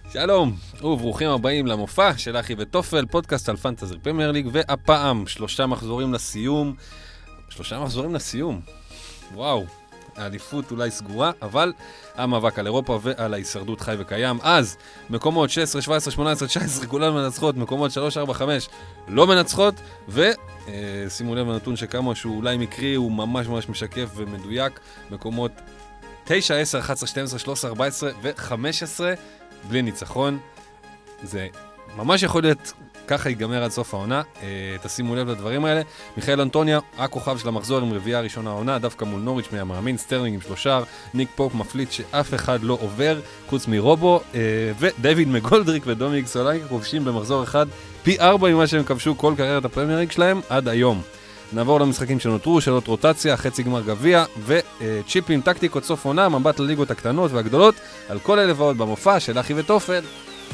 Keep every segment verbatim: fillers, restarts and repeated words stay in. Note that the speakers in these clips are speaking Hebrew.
שלום, וברוכים הבאים למופע של אחי וטופל, פודקאסט על פנטזי פרמייר ליג, והפעם שלושה מחזורים לסיום. שלושה מחזורים לסיום. וואו, האליפות אולי סגורה, אבל המאבק על אירופה ועל ההישרדות חי וקיים. אז מקומות שש עשרה, שבע עשרה, שמונה עשרה, תשע עשרה כולן מנצחות, מקומות שלוש, ארבע, חמש לא מנצחות, ושימו לב לנתון שכמה שהוא אולי מקרי, הוא ממש ממש משקף ומדויק. מקומות תשע, עשר, אחת עשרה, שתים עשרה, שלוש עשרה, ארבע עשרה ו-חמש עשרה בלי ניצחון. זה ממש יכול להיות ככה ייגמר עד סוף העונה. אה, תשימו לב לדברים האלה. מיכאל אנטוניה, הכוכב של המחזור עם רביעייה הראשונה העונה, דווקא מול נוריץ' מהמאמין, סטרלינג עם שלושה, ניק פופ מפליט שאף אחד לא עובר, חוץ מרובו, אה, ודייוויד מגולדריק ודומיניק סולנקה כובשים במחזור אחד פי ארבע ממה שהם כבשו כל קריירת הפרמייר ליג שלהם עד היום. נעבור למשחקים שנותרו, שאלות רוטציה, חצי גמר גביע וצ'יפים, טקטיקות סוף עונה, מבט לליגות הקטנות והגדולות, על כל אלה ועוד במופע של אחי וטופל.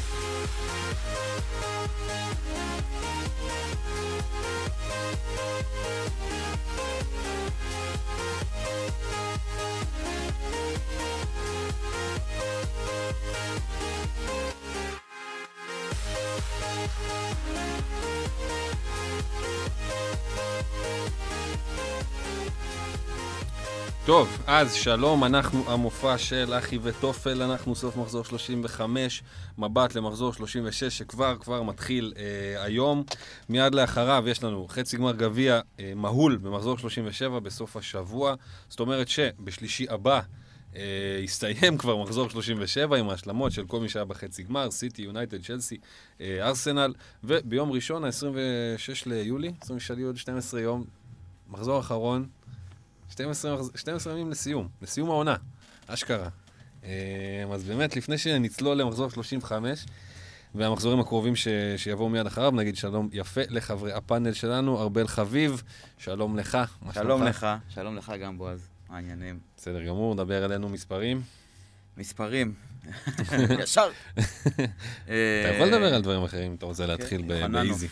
טוב, אז שלום, אנחנו המופע של אחי וטופל, אנחנו סוף מחזור שלושים וחמש, מבט למחזור שלושים ושש שכבר כבר מתחיל אה, היום. מיד לאחריו יש לנו חצי גמר גביע אה, מהול במחזור שלושים ושבע בסוף השבוע, זאת אומרת שבשלישי הבא אה, יסתיים כבר מחזור שלושים ושבע עם ההשלמות של כל מי שהיה בחצי גמר, סיטי, יונייטד, צ'לסי, אה, ארסנל, וביום ראשון, ה-עשרים ושש ליולי, עשרים ושש ליולי, שנים עשר יום, מחזור אחרון, שתים עשרה ימים לסיום, לסיום העונה, אשכרה. אז באמת, לפני שנצלול למחזור שלושים וחמש, והמחזורים הקרובים ש... שיבואו מיד אחריו, נגיד שלום יפה לחברי הפאנל שלנו, ארבל חביב, שלום לך. שלום לך, שלום לך גם בועז, העניינים. בסדר גמור, נדבר אלינו מספרים. מספרים, ישר. אתה יכול לדבר על דברים אחרים, אתה רוצה להתחיל באיזי.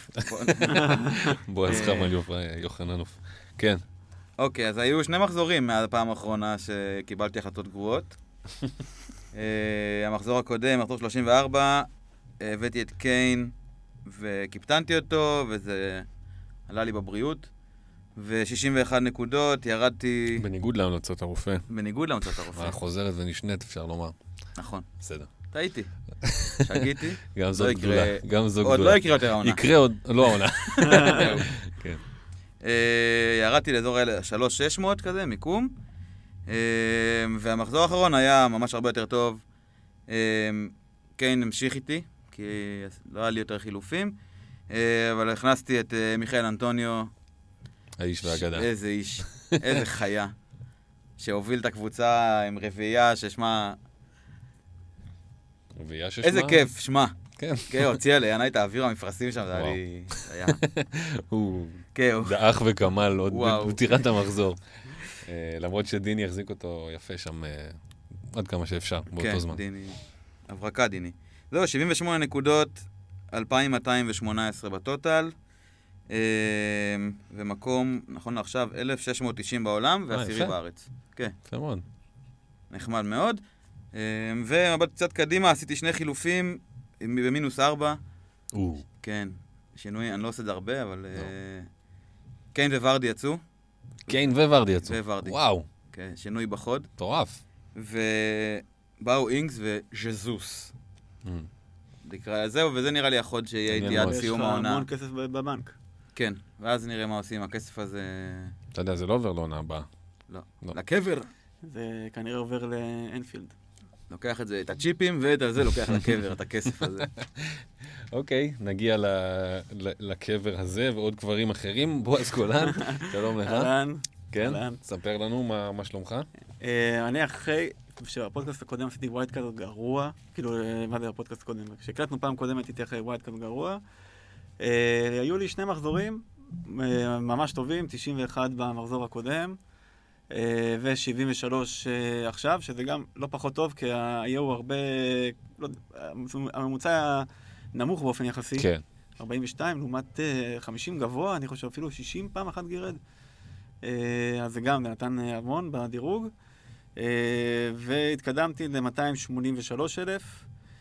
בועז חמל יוחננוף. כן. אוקיי, אז היו שני מחזורים מהפעם האחרונה שקיבלתי החלטות גרועות. המחזור הקודם, מחזור שלושים וארבע, הבאתי את קיין וקיפטנתי אותו, וזה עלה לי בבריאות. ו-שישים ואחת נקודות, ירדתי... בניגוד להמלצות הרופא. בניגוד להמלצות הרופא. חוזרת ונשנית, אפשר לומר. נכון. בסדר. טעיתי. שגיתי. גם זו גדולה. גם זו גדולה. עוד לא יקרה יותר העונה. יקרה עוד, לא העונה. כן. ירדתי לאזור שלוש אלף שש מאות כזה, מיקום, והמחזור האחרון היה ממש הרבה יותר טוב. קיין המשיך איתי, כי לא היה לי יותר חילופים, אבל הכנסתי את מיכאל אנטוניו. האיש והאגדה. איזה איש, איזה חיה, שהוביל את הקבוצה עם רביעייה ששמה... רביעייה ששמה? איזה כיף, שמה. כן. כן, הוציא עלי, ענה את האוויר המפרסים שם, זה היה לי... הוא דאח וקמל עוד בפתירת המחזור. למרות שדיני יחזיק אותו יפה שם עד כמה שאפשר באותו זמן. כן, דיני, הברקה דיני. זהו, שבעים ושמונה נקודות, אלפיים מאתיים ושמונה עשרה בטוטל, ומקום, נכון לעכשיו, אלף שש מאות תשעים בעולם, ועשירי בארץ. כן. יפה מאוד. נחמד מאוד. ומבט קצת קדימה, עשיתי שני חילופים, במינוס ארבע. כן, שינוי, אני לא עושה את זה הרבה, אבל... קיין וורדי יצאו. קיין וורדי יצאו. וורדי. וואו. כן, שינוי בחוד. טורף. ובאו אינגס וז'זוס. זהו, וזה נראה לי החוד שיהיה איתי עד סיום העונה. יש לך המון כסף בבנק. כן, ואז נראה מה עושים. הכסף הזה... אתה יודע, זה לא עובר לעונה הבאה. לא. לקבר. זה כנראה עובר לאנפילד. לוקח את זה, את הצ'יפים, ואת זה לוקח לקבר, את הכסף הזה. אוקיי, נגיע לקבר הזה ועוד קברים אחרים. בועז גולן, שלום לך. אהלן. כן? ספר לנו מה שלומך. אני אחרי, שבפודקאסט הקודם עשיתי ווייד קארד גרוע, כאילו, מה זה הפודקאסט הקודם? כשהקלטנו פעם קודמת הייתי אחרי ווייד קארד גרוע. היו לי שני מחזורים ממש טובים, תשעים ואחת במחזור הקודם. ו-שבעים ושלוש עכשיו, שזה גם לא פחות טוב, כי היו הרבה, לא, הממוצע היה נמוך באופן יחסי. כן. ארבעים ושתיים, לעומת חמישים גבוה, אני חושב אפילו שישים פעם אחת גירד. אז זה גם נתן המון בדירוג. והתקדמתי ל-מאתיים שמונים ושלושה אלף.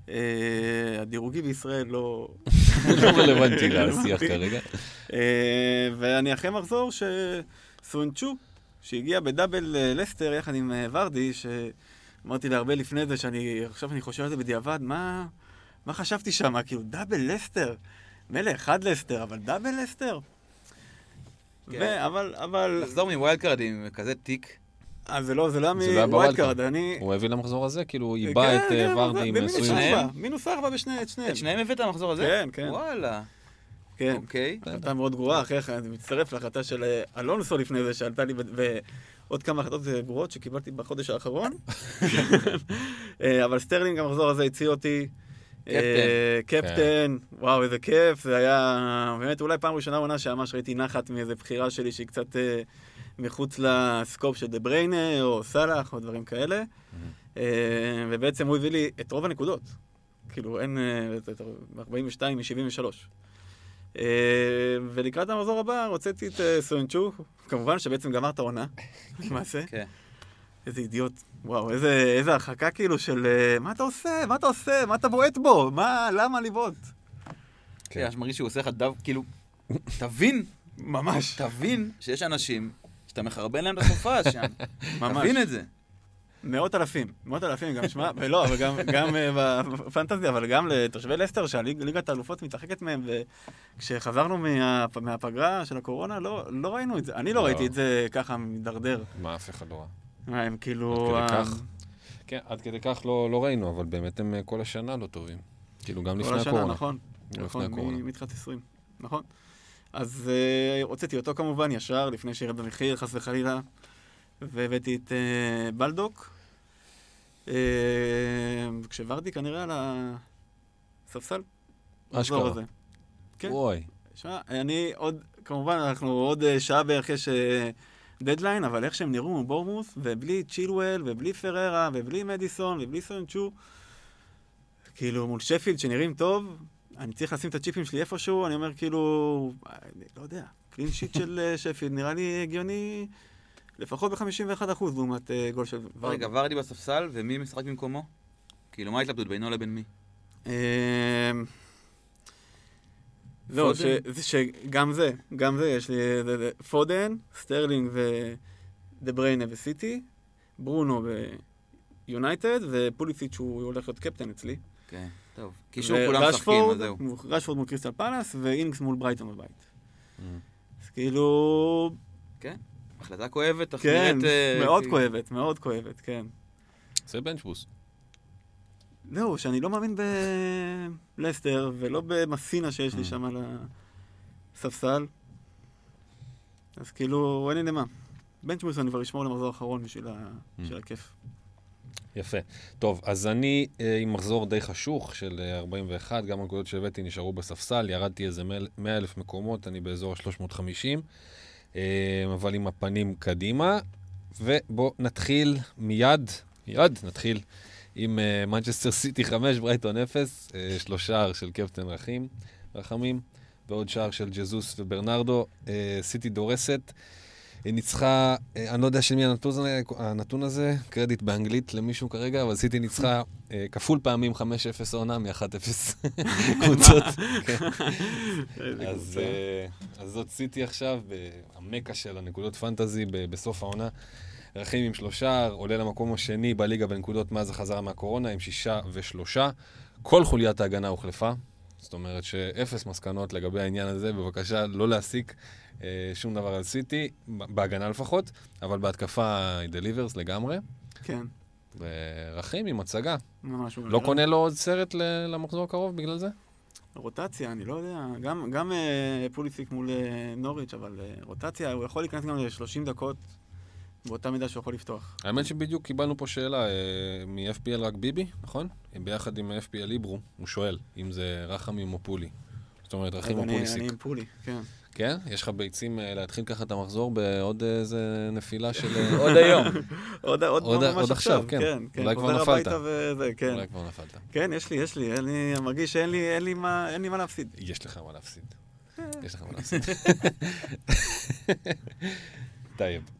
הדירוגי בישראל לא... לא רלוונטי לשיח כרגע. ואני אחרי מחזור שסונצ'ו, שהגיע בדאבל לסטר יחד עם ורדי, שאמרתי לה הרבה לפני זה, שאני עכשיו אני חושב על זה בדיעבד, מה, מה חשבתי שם? כאילו, דאבל לסטר? מלא, אחד לסטר, אבל דאבל לסטר? ו- אבל, אבל... לחזור מווילד קארד עם כזה תיק. אז זה לא, זה לא מווילד קארד, אני... הוא הביא למחזור הזה, כאילו הוא איבא את ורדי עם שניהם. מינוס ארבע בשני, את שניהם. את שניהם הבאת למחזור הזה? כן, כן. וואלה. כן. אוקיי. החלטה מאוד גרועה, אחרי כן, אני מצטרף להחלטה של אלונסו לפני זה, שעלתה לי, ועוד כמה החלטות גרועות שקיבלתי בחודש האחרון. אבל סטרלינג, המחזור הזה הציע אותי. קפטן. קפטן, וואו, איזה כיף. זה היה, באמת, אולי פעם ראשונה עונה שממש ראיתי נחת מאיזו בחירה שלי שהיא קצת מחוץ לסקופ של דה בריינה, או סלאח, או דברים כאלה. ובעצם הוא הביא לי את רוב הנקודות. כאילו, אין ארבעים ושתיים מ-שבעים ושלוש. ולקראת המחזור הבא, הוצאתי את סונצ'ו, כמובן שבעצם גמר את העונה, למעשה. איזה אידיוט, וואו, איזה הרחקה כאילו של מה אתה עושה, מה אתה עושה, מה אתה בועט בו, מה, למה לבעוט? כן, אני מרגיש שהוא עושה לך דו, כאילו, תבין, ממש, תבין שיש אנשים שאתה מחרבן להם את הסופה שם, תבין את זה. מאות אלפים, מאות אלפים גם שמע, ולא, אבל גם, גם בפנטזיה, אבל גם לתושבי לסטר, שהליגת האלופות מתרחקת מהם, וכשחזרנו מה, מהפגרה של הקורונה, לא, לא ראינו את זה. אני לא, לא. ראיתי את זה ככה מדרדר. מה, אף אחד לא ראה. מה, הם כאילו... עד כדי כך, כן, עד כדי כך לא, לא ראינו, אבל באמת הם כל השנה לא טובים. כאילו, גם לפני הקורונה. כל השנה, נכון. נכון, מתחת עשרים, נכון. אז הוצאתי אותו כמובן ישר, לפני שירד במחיר, חס וחלילה. והבאתי את uh, בלדוק, uh, כשוורדי כנראה על הספסל. אשכרה. כן. וואי. שמה, אני עוד, כמובן, אנחנו עוד uh, שעה בערך יש uh, דדליין, אבל איך שהם נראו בורמוס, ובלי צ'ילואל, ובלי פררה, ובלי מדיסון, ובלי סונצ'ו, כאילו מול שפילד שנראים טוב, אני צריך לשים את הצ'יפים שלי איפשהו, אני אומר כאילו, אני לא יודע, קלין שיט של שפילד, נראה לי הגיוני... לפחות ב-חמישים ואחד אחוז לעומת גול של ורדי. רגע, ורדי בספסל, ומי משחק במקומו? כאילו, מה ההתלבטות בינו לבין מי? זהו, שגם זה, גם זה, יש לי פודן, סטרלינג ודה בריינה וסיטי, ברונו ויונייטד, ופוליסיץ' שהוא הולך להיות קפטן אצלי. כן, טוב. קישור כולם משחקים, אז זהו. רשפורד מול קריסטל פלאס, ואינגס מול ברייטון בבית. אז כאילו... כן. החלטה כואבת, אך כן, נראית... מאוד כי... כואבת, מאוד כואבת, כן. זה בנצ'בוס. זהו, שאני לא מאמין בלסטר, ולא במסינה שיש לי שם על הספסל. אז כאילו, אין לי למה. בנצ'בוס אני כבר אשמור למחזור האחרון בשביל mm. הכיף. יפה. טוב, אז אני עם מחזור די חשוך של ארבעים ואחת, גם הנקודות שהבאתי נשארו בספסל, ירדתי איזה מאה אלף מקומות, אני באזור ה-שלוש מאות וחמישים. אבל עם הפנים קדימה, ובוא נתחיל מיד, מיד נתחיל עם מנצ'סטר סיטי חמש, ברייטון אפס, שלוש שער של קפטן רחים, רחמים, ועוד שער של ג'זוס וברנרדו. סיטי דורסת, היא ניצחה, אני לא יודע של מי הנתון הזה, קרדיט באנגלית למישהו כרגע, אבל סיטי ניצחה כפול פעמים חמש אפס העונה מ-אחת אפס קבוצות. אז זאת סיטי עכשיו, המקה של הנקודות פנטזי בסוף העונה. רחים עם שלושה, עולה למקום השני בליגה בנקודות מאז החזרה מהקורונה, עם שישה ושלושה. כל חוליית ההגנה הוחלפה, זאת אומרת שאפס מסקנות לגבי העניין הזה, בבקשה לא להסיק שום דבר על סיטי, בהגנה לפחות, אבל בהתקפה היא דליברס לגמרי. כן. ורחים עם הצגה. ממש. לא קונה לו עוד סרט למחזור הקרוב בגלל זה? רוטציה, אני לא יודע. גם, גם פוליסיק מול נוריץ', אבל רוטציה, הוא יכול להיכנס גם ל-שלושים דקות באותה מידה שהוא יכול לפתוח. האמת שבדיוק קיבלנו פה שאלה מ-אף פי אל רק ביבי, נכון? ביחד עם אף פי אל ליברו, הוא שואל אם זה רחמים או פולי. זאת אומרת, רחים או פוליסיק. אני עם פולי, כן. כן? יש לך ביצים להתחיל ככה את המחזור בעוד איזה נפילה של... עוד היום. עוד עכשיו, כן. אולי כבר נפלת. אולי כבר נפלת. כן, יש לי, יש לי. אני מרגיש שאין לי מה להפסיד. יש לך מה להפסיד. יש לך מה להפסיד. טייב.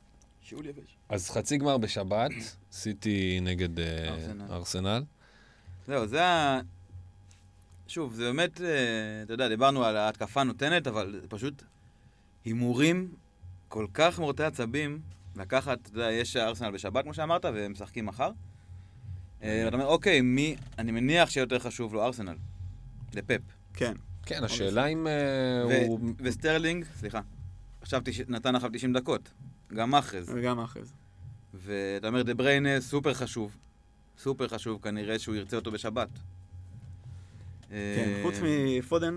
אז חצי גמר בשבת, סיטי נגד ארסנל. זהו, זה ה... שוב, זה באמת, אתה יודע, דיברנו על ההתקפה נותנת, אבל פשוט הימורים כל כך מורטי עצבים, לקחת, אתה יודע, יש ארסנל בשבת, כמו שאמרת, והם משחקים מחר. ואתה אומר, אוקיי, מי, אני מניח שיותר חשוב לו ארסנל, לפפ. כן. כן, השאלה אם הוא... וסטרלינג, סליחה, עכשיו נתן אחר תשעים דקות, גם מאחז. וגם מאחז. ואתה אומר, דה בריינה סופר חשוב, סופר חשוב, כנראה שהוא ירצה אותו בשבת. כן, חוץ מפודן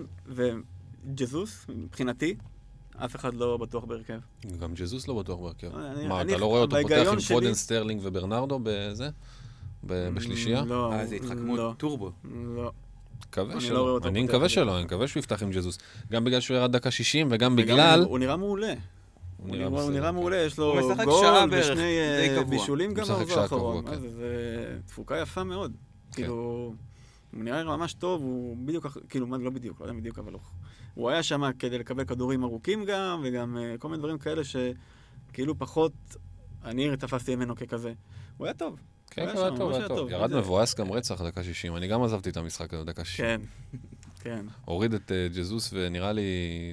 וג'זוס, מבחינתי, אף אחד לא בטוח בהרכב. גם ג'זוס לא בטוח בהרכב. מה, אתה לא רואה אותו פותח עם פודן, סטרלינג וברנרדו בזה? בשלישייה? לא. אה, זה התחכמות טורבו. לא. מקווה שלא. אני מקווה שלא, אני מקווה שהוא יפתח עם ג'זוס. גם בגלל שהוא ירד דקה שישים וגם בגלל... הוא נראה מעולה. הוא נראה מעולה, יש לו הוא משחק גול שעה בערך, ושני די קבוע. בישולים גם משחק במחזור שעה האחרון. קבוע, כן. זה תפוקה יפה מאוד. כאילו, הוא נראה ממש טוב, הוא בדיוק, כאילו, לא בדיוק, לא יודע בדיוק, אבל הוא היה שם כדי לקבל כדורים ארוכים גם, וגם כל מיני דברים כאלה שכאילו פחות, אני תפסתי ממנו ככזה. הוא היה טוב. כן, הוא היה טוב, הוא היה טוב. ירד מבואס גם רצח דקה שישים, אני גם עזבתי את המשחק הזה דקה שישים. כן, כן. הוריד את ג'זוס ונראה לי...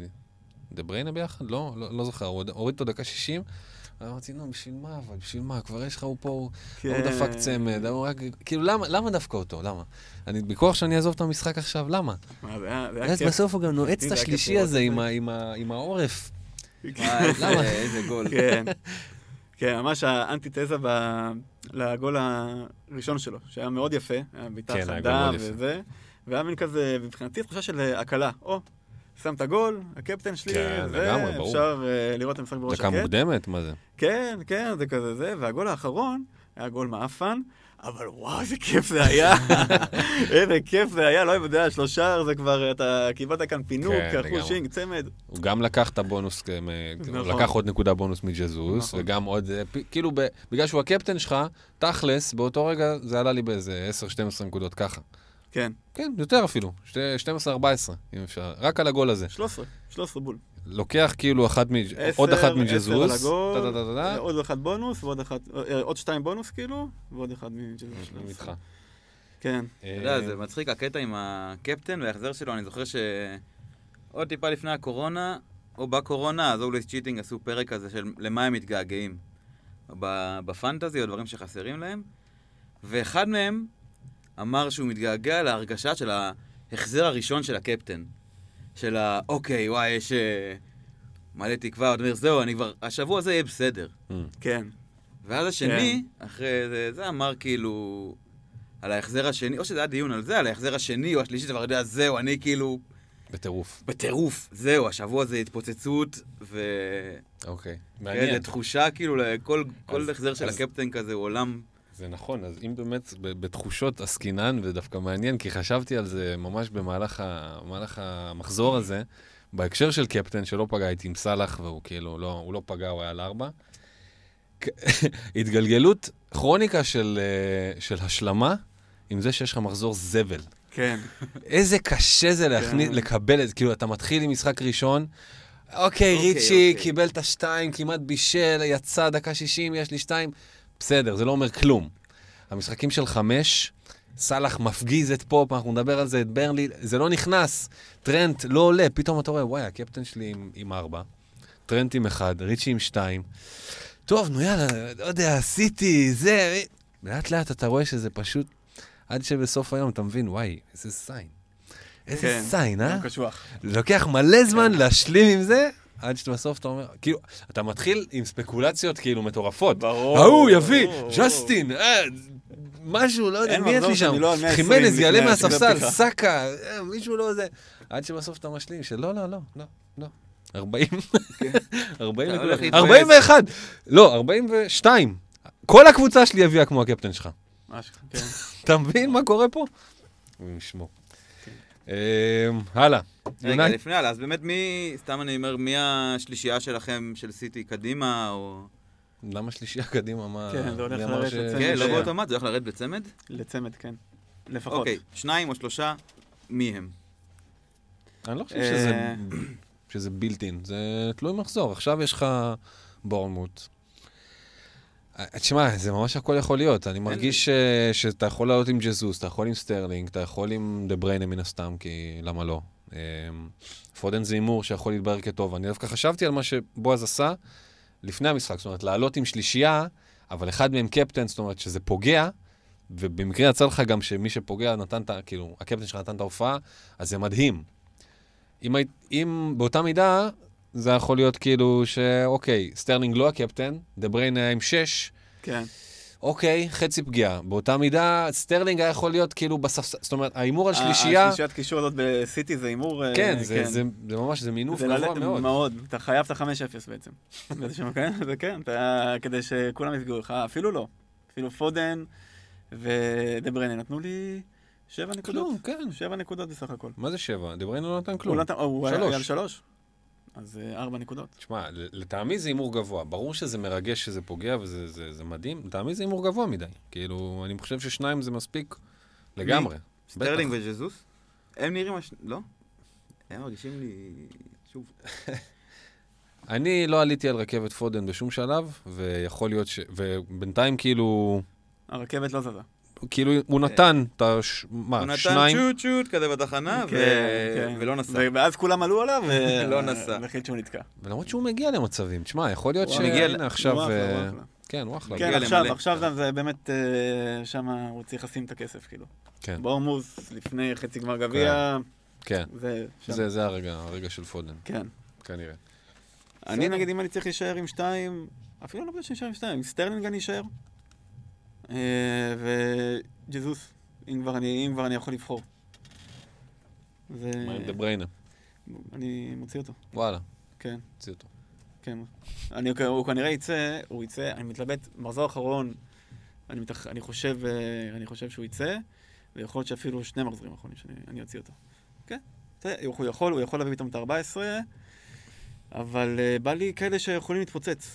דה בריינה ביחד? לא, לא זוכר, הוריד אותו דקה שישים, אמרתי, נו, בשביל מה, אבל בשביל מה? כבר יש לך הוא פה, הוא דפק צמד, כאילו, למה דווקא אותו? למה? אני בכוח שאני אעזוב את המשחק עכשיו, למה? אז בסוף הוא גם נועץ את השלישי הזה עם העורף. למה? איזה גול. כן, כן, ממש האנטיתזה לגול הראשון שלו, שהיה מאוד יפה, היה ביטה חדה וזה, והיה מין כזה, מבחינתי תחושה של הקלה, או, שם את הגול, הקפטן שלי, ואפשר לראות את המשחק בראש שקט. דקה מוקדמת, מה זה? כן, כן, זה כזה זה, והגול האחרון היה גול מאפן, אבל וואו, איזה כיף זה היה, איזה כיף זה היה, לא יודע, שלושה, זה כבר, אתה קיבלת כאן פינוק, אחוז שינג, צמד. הוא גם לקח את הבונוס, הוא לקח עוד נקודה בונוס מג'זוס, וגם עוד, כאילו, בגלל שהוא הקפטן שלך, תכלס, באותו רגע זה עלה לי באיזה עשר שתים עשרה נקודות ככה. כן. כן, יותר אפילו, שתים עשרה ארבע עשרה, אם אפשר, רק על הגול הזה. שלוש עשרה, שלוש עשרה בול. לוקח כאילו עוד אחת מג'זוס. עשר על הגול, עוד אחד בונוס, עוד שתיים בונוס כאילו, ועוד אחד מג'זוס. איתך. כן. אתה יודע, זה מצחיק, הקטע עם הקפטן וההחזר שלו, אני זוכר שעוד טיפה לפני הקורונה, או בקורונה, אז אולייס צ'יטינג עשו פרק כזה של למה הם מתגעגעים. בפנטזי, או דברים שחסרים להם. ואחד מהם אמר שהוא מתגעגע להרגשה של ההחזר הראשון של הקפטן. של ה... אוקיי, וואי, יש מלא תקווה, אתה אומר, זהו, אני כבר... השבוע הזה יהיה בסדר. כן. ואז השני, אחרי זה, זה אמר כאילו... על ההחזר השני, או שזה היה דיון על זה, על ההחזר השני או השלישי, אתה כבר יודע, זהו, אני כאילו... בטירוף. בטירוף, זהו, השבוע זה התפוצצות, ו... אוקיי, מעניין. כן, תחושה כאילו, כל החזר של הקפטן כזה הוא עולם... זה נכון, אז אם באמת בתחושות עסקינן, ודווקא מעניין, כי חשבתי על זה ממש במהלך המחזור הזה, בהקשר של קפטן שלא פגע איתי עם סלח, והוא כאילו, הוא לא פגע, הוא היה על ארבע. התגלגלות כרוניקה של השלמה, עם זה שיש לך מחזור זבל. כן. איזה קשה זה לקבל את זה, כאילו, אתה מתחיל עם משחק ראשון, אוקיי, ריצ'י קיבל את השתיים, כמעט בישל, יצא דקה שישים, יש לי שתיים, בסדר, זה לא אומר כלום. המשחקים של חמש, סלח מפגיז את פופ, אנחנו נדבר על זה, את ברנלי, זה לא נכנס. טרנט לא עולה, פתאום אתה רואה, וואי, הקפטן שלי עם, עם ארבע, טרנט עם אחד, ריצ'י עם שתיים. טוב, נו יאללה, לא יודע, עשיתי, זה... לאט לאט אתה רואה שזה פשוט, עד שבסוף היום אתה מבין, וואי, איזה סיין. איזה כן, סיין, אה? כן, קשוח. לוקח מלא זמן להשלים עם זה, עד שבסוף אתה אומר, כאילו, אתה מתחיל עם ספקולציות כאילו מטורפות. ברור. ההוא יביא, ג'סטין, אה, משהו, לא יודע, מי יש לי שם? חימנז יעלה מהספסל, סאקה, מישהו לא זה. עד שבסוף אתה משלים, שלא, לא, לא, לא, לא. ארבעים, ארבעים, ארבעים ואחת, לא, ארבעים ושתיים. כל הקבוצה שלי הביאה כמו הקפטן שלך. משהו, כן. אתה מבין מה קורה פה? הוא משמו. הלאה. רגע, לפני הלאה, אז באמת מי, סתם אני אומר, מי השלישייה שלכם של סיטי קדימה, או... למה שלישייה קדימה? מה... כן, זה הולך לרדת לצמד. כן, לא באוטומט, זה הולך לרדת בצמד? לצמד, כן. לפחות. אוקיי, שניים או שלושה, מי הם? אני לא חושב שזה בילטין, זה תלוי מחזור. עכשיו יש לך בורנמוט. תשמע, זה ממש הכל יכול להיות. אני מרגיש שאתה יכול לעלות עם ג'זוס, אתה יכול עם סטרלינג, אתה יכול עם דה בריינה מן הסתם, כי למה לא? פודן זה אימור שיכול להתברר כטוב. אני דווקא חשבתי על מה שבועז עשה לפני המשחק, זאת אומרת, לעלות עם שלישייה, אבל אחד מהם קפטן, זאת אומרת, שזה פוגע, ובמקרה יצא לך גם שמי שפוגע נתן, כאילו, הקפטן שלך נתן את ההופעה, אז זה מדהים. אם, אם באותה מידה, זה יכול להיות כאילו שאוקיי, סטרלינג לא הקפטן, דה בריין היה עם שש, כן. אוקיי, חצי פגיעה. באותה מידה, סטרלינג היה יכול להיות כאילו בספסל, זאת אומרת, האימור על שלישייה... השלישיית קישור הזאת בסיטי זה אימור... כן, זה, זה, זה ממש, זה מינוף גבוה מאוד. מאוד, אתה חייב את ה-חמש אפס בעצם. זה כן, כדי שכולם יפגעו לך, אפילו לא. אפילו פודן ודה בריין נתנו לי שבע נקודות. כלום, כן. שבע נקודות בסך הכל. מה זה שבע? דה בריין לא נתן כלום. הוא היה על שלוש. אז ארבע נקודות. תשמע, לטעמי זה אימור גבוה. ברור שזה מרגש שזה פוגע וזה זה, זה מדהים. לטעמי זה אימור גבוה מדי. כאילו, אני חושב ששניים זה מספיק לגמרי. סטרלינג וג'זוס? הם נראים... הש... לא? הם מרגישים לי... שוב. אני לא עליתי על רכבת פודן בשום שלב, ויכול להיות ש... ובינתיים כאילו... הרכבת לא זזה. כאילו, הוא נתן את הש... מה, שניים? הוא נתן צ'וט צ'וט כזה בתחנה, ולא נסע. ואז כולם עלו עליו, ולא נסע. והחליט שהוא נתקע. ולמרות שהוא מגיע למצבים. תשמע, יכול להיות שמגיע עכשיו... כן, הוא אחלה. כן, עכשיו, עכשיו זה באמת, שם הוא צריך לשים את הכסף, כאילו. כן. בורמוס, לפני חצי גמר גביע. כן. זה הרגע, הרגע של פודן. כן. כנראה. אני נגיד, אם אני צריך להישאר עם שתיים, אפילו לא בגלל שאני אשאר עם שתיים, עם סטרלינג אני אשאר. וג'זוס, אם כבר אני, אם כבר אני יכול לבחור. מה עם דה בריינה? אני מוציא אותו. וואלה. כן. מוציא אותו. כן. אני, הוא כנראה יצא, הוא יצא, אני מתלבט, מחזור האחרון, אני, מתח, אני חושב, אני חושב שהוא יצא, ויכול להיות שאפילו שני מחזורים האחרונים שאני אוציא אותו. כן. הוא יכול, הוא יכול להביא איתם את ה-ארבע עשרה, אבל בא לי כאלה שיכולים להתפוצץ.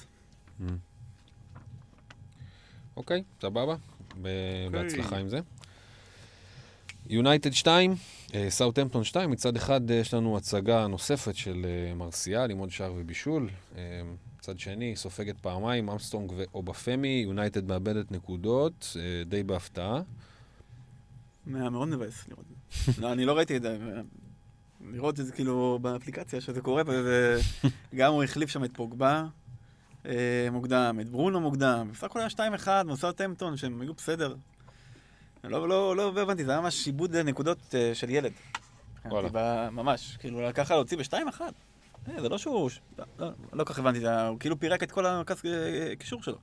אוקיי, סבבה. בהצלחה עם זה. יונייטד שתיים, סאות'המפטון שתיים. מצד אחד יש לנו הצגה נוספת של מרסיאל, עם עוד שער ובישול. מצד שני, סופגת פעמיים, אמסטרונג ואובפמי. יונייטד מאבדת נקודות, די בהפתעה. מאוד מבאס לראות את זה. לא, אני לא ראיתי את זה. לראות את זה כאילו באפליקציה שזה קורה, וגם הוא החליף שם את פוגבה. מוקדם, את ברונו מוקדם, בסך הכל היה שתיים אחד, סאות'המפטון, שהם היו בסדר. לא, לא, לא הבנתי, זה היה ממש שיבוד נקודות של ילד. וואלה. ממש, כאילו, ככה להוציא בשתיים אחד. זה לא שהוא... לא כך הבנתי, הוא כאילו פירק את כל המרכז קישור שלו.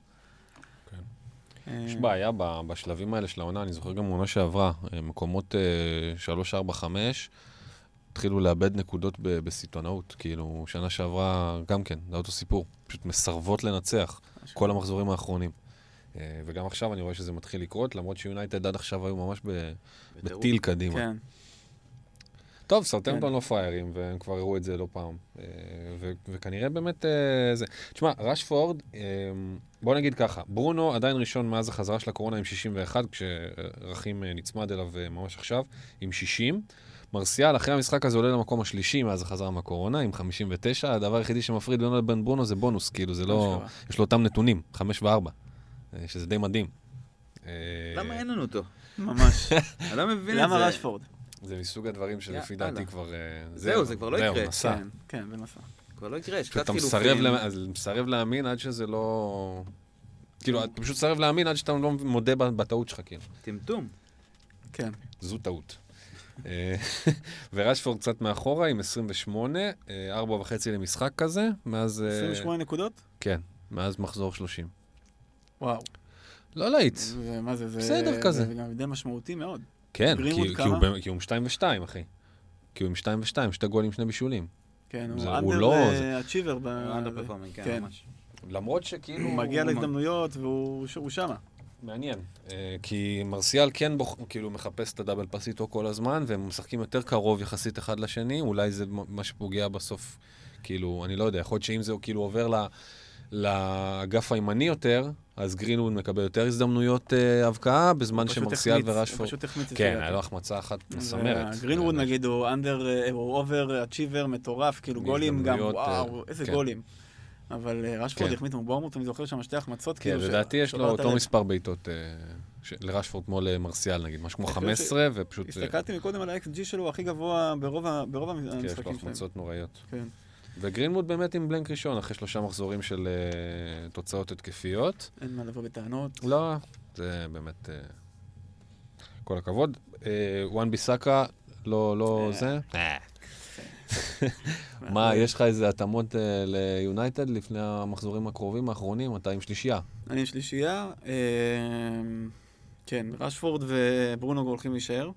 יש בעיה בשלבים האלה של העונה, אני זוכר גם עונה שעברה, מקומות שלוש, ארבע, חמש, התחילו לאבד נקודות בסיטונאות, כאילו, שנה שעברה גם כן, זה אותו סיפור, פשוט מסרבות לנצח כל המחזורים האחרונים. וגם עכשיו אני רואה שזה מתחיל לקרות, למרות שיונייטד עד עכשיו היו ממש בטיל קדימה. כן. טוב, סאות'המפטון לא פריירים, והם כבר הראו את זה לא פעם. וכנראה באמת זה... תשמע, רשפורד, בוא נגיד ככה, ברונו עדיין ראשון מאז החזרה של הקורונה עם שישים ואחת, כשרחים נצמד אליו ממש עכשיו, עם שישים. מרסיאל, אחרי המשחק הזה עולה למקום השלישי מאז החזרה מהקורונה, עם חמישים ותשע. הדבר היחידי שמפריד בינו לבין ברונו זה בונוס, כאילו זה לא... יש לו אותם נתונים, חמש וארבע, שזה די מדהים. למה אין לנו אותו? ממש. אני לא מבין את זה. למה רשפורד? זה מסוג הדברים שלפי דעתי כבר... זהו, זה כבר לא יקרה. זהו, נסע. כן, זה נסע. כבר לא יקרה, יש קצת אתה חילופים. מסרב להאמין עד שזה לא... כאילו, אתה פשוט מסרב להאמין עד שאתה לא מודה בטעות שלך, כאילו. טמטום. כן. זו טעות. ורשפורד קצת מאחורה עם עשרים ושמונה, ארבע וחצי למשחק כזה, מאז... עשרים ושמונה נקודות? כן, מאז מחזור שלושים. וואו. לא להיט. מה זה? בסדר כזה. זה גם די משמעותי מאוד. כן, כי הוא עם שתיים ושתיים, אחי. כי הוא עם שתיים ושתיים, שתי גולים, שני בישולים. כן, הוא אנדר אצ'יבר. אנדר פרפורמינג, כן, ממש. למרות שכאילו... הוא מגיע להזדמנויות והוא שמה. מעניין, כי מרסיאל כן כאילו מחפש את הדאבל פס איתו כל הזמן, והם משחקים יותר קרוב יחסית אחד לשני, אולי זה מה שפוגע בסוף, כאילו, אני לא יודע, יכול להיות שאם זה כאילו עובר לאגף הימני יותר, אז גרינווד מקבל יותר הזדמנויות הבקעה, בזמן שמרסיאל ורשפורד... הוא פשוט החמיץ את זה. כן, היה לו החמצה אחת מסמרת. גרינווד נגיד הוא אנדר, הוא אובר אצ'יבר מטורף, כאילו גולים גם, וואו, איזה גולים. אבל רשפורד החמיץ מבורמוט, אני זוכר שם שתי החמצות. כן, לדעתי יש לו אותו מספר בעיטות לרשפורד כמו למרסיאל נגיד, משהו כמו חמש עשרה ופשוט... הסתכלתי מקודם על ה-אקס ג'י שלו הכי גבוה ברוב המשחקים שלהם. כן, יש לו החמצות נוראיות. כן. וגרינווד באמת עם בלנק ראשון, אחרי שלושה מחזורים של תוצאות התקפיות. אין מה לבוא בטענות. לא, זה באמת... כל הכבוד. וואן ביסאקה, לא, לא זה. מה, יש לך איזה התאמות ליונייטד לפני המחזורים הקרובים האחרונים? אתה עם שלישייה. אני עם שלישייה. כן, רשפורד וברונו הולכים להישאר.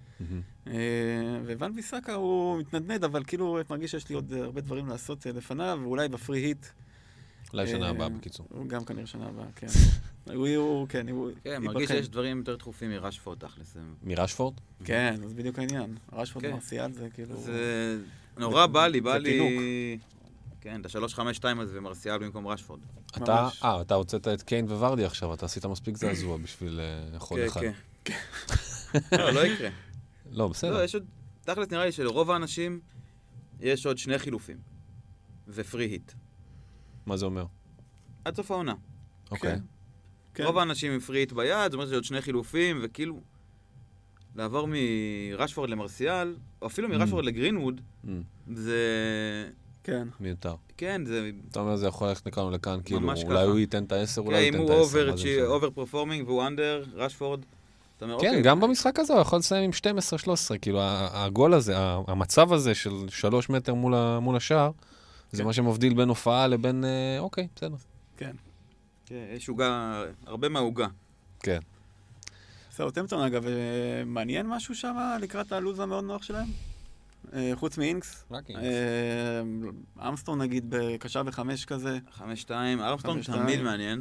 וואן ביסאקה הוא מתנדנד, אבל כאילו מרגיש שיש לי עוד הרבה דברים לעשות לפניו, ואולי בפרי היט. אולי שנה הבאה בקיצור. גם כנראה שנה הבאה, כן. הוא, כן, הוא... כן, מרגיש שיש דברים יותר דחופים מרשפורד, תכלס. מרשפורד? כן, זה בדיוק העניין. רשפורד ומרסיאל זה כאילו... זה נורא בא לי, בא לי... כן, את ה-שלוש חמש שתיים הזה ומרסיאל במקום רשפורד. אתה, אה, אתה הוצאת את קיין וורדי עכשיו, אתה עשית מספיק זעזוע בשביל חוד אחד. כן, כן. לא, לא יקרה. לא, בסדר. לא, יש עוד... תכלס נראה לי שלרוב האנשים יש עוד שני חילופים. ופרי היט. מה זה אומר? עד סוף העונה. אוקיי. רוב האנשים עם פרי היט ביד, זאת אומרת שיש עוד שני חילופים, וכאילו... לעבור מרשפורד למרסיאל, או אפילו מרשפורד לגרינווד, זה... כן. מיותר. כן, זה... אתה אומר, זה יכול ללכת לכאן ולכאן, כאילו, אולי הוא ייתן את העשר, אולי הוא ייתן את העשר. אם הוא אובר פרפורמינג והוא אנדר, רשפורד, אתה אומר, כן, גם במשחק הזה הוא יכול לסיים עם שתים עשרה שלוש עשרה, כאילו, הגול הזה, המצב הזה של שלוש מטר מול השער, זה מה שמבדיל בין הופעה לבין, אוקיי, בסדר. כן. יש הוגה, הרבה מההוגה. כן. סאות'המפטון, אגב, מעניין משהו שם לקראת הלוז המאוד נוח שלהם? חוץ מאינקס? רק אינקס. אמסטרון נגיד בקשר וחמש כזה. חמש שתיים, אמסטרון תמיד מעניין.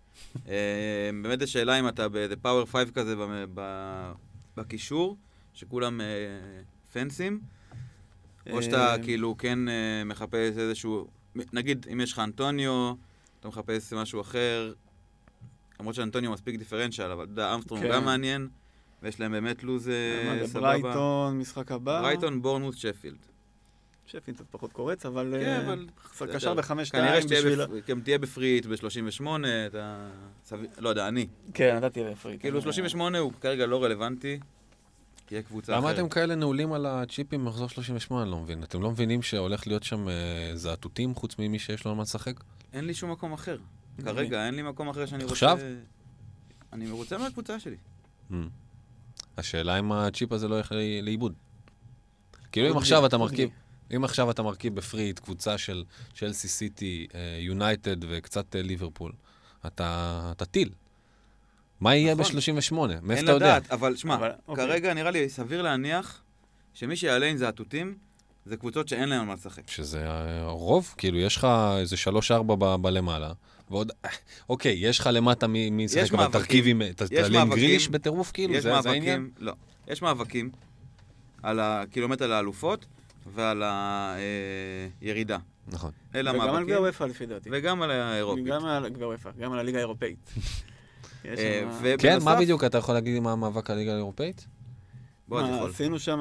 באמת השאלה אם אתה בפאוור פייב כזה בקישור, שכולם פנסים, או שאתה כאילו כן מחפש איזשהו, נגיד אם יש לך אנטוניו, אתה מחפש משהו אחר, למרות שאנטוניו מספיק דיפרנציאל, אבל אמסטרום גם מעניין, ויש להם באמת לוז סבבה. ברייטון, משחק הבא. ברייטון, בורנמות', שפילד. שפילד קצת פחות קורץ, אבל... כן, אבל... קשר בחמש שתיים בשביל... כנראה תהיה בפריט ב-שלושים ושמונה, אתה... לא יודע, אני. כן, אתה תהיה בפריט. כאילו שלושים ושמונה הוא כרגע לא רלוונטי, תהיה קבוצה אחרת. למה אתם כאלה נעולים על הצ'יפים מחזור שלושים ושמונה? אני לא מבין. אתם לא מבינים שהולך להיות שם זעתותים חוץ ממי שיש לו על מה לשחק? אין לי שום מקום אחר. כרגע אין לי מקום אחר שאני רוצה... עכשיו? אני מרוצה מהקבוצה שלי. השאלה אם הצ'יפ הזה לא ילך לאיבוד. כאילו אם עכשיו אתה מרכיב, אם עכשיו אתה מרכיב בפריט קבוצה של צ'לסי סיטי, יונייטד וקצת ליברפול, אתה טיל. מה יהיה ב-שלושים ושמונה? מאיפה אתה יודע? אין לדעת, אבל שמע, כרגע נראה לי סביר להניח שמי שיעלה עם זעתותים זה קבוצות שאין להם על מה לשחק. שזה רוב, כאילו יש לך איזה שלוש ארבע בלמעלה, ועוד, אוקיי, יש לך למטה מי שחק, אבל תרכיב עם, תעלה עם גריליש בטירוף, כאילו, זה העניין? לא, יש מאבקים על הקילומטר לאלופות ועל הירידה. נכון. וגם על גביע וופא לפי דעתי. וגם על האירופית. גם על גביע וופא, גם על הליגה האירופאית. כן, מה בדיוק אתה יכול להגיד עם המאבק על הליגה האירופאית? בוא, אתה יכול. עשינו שם,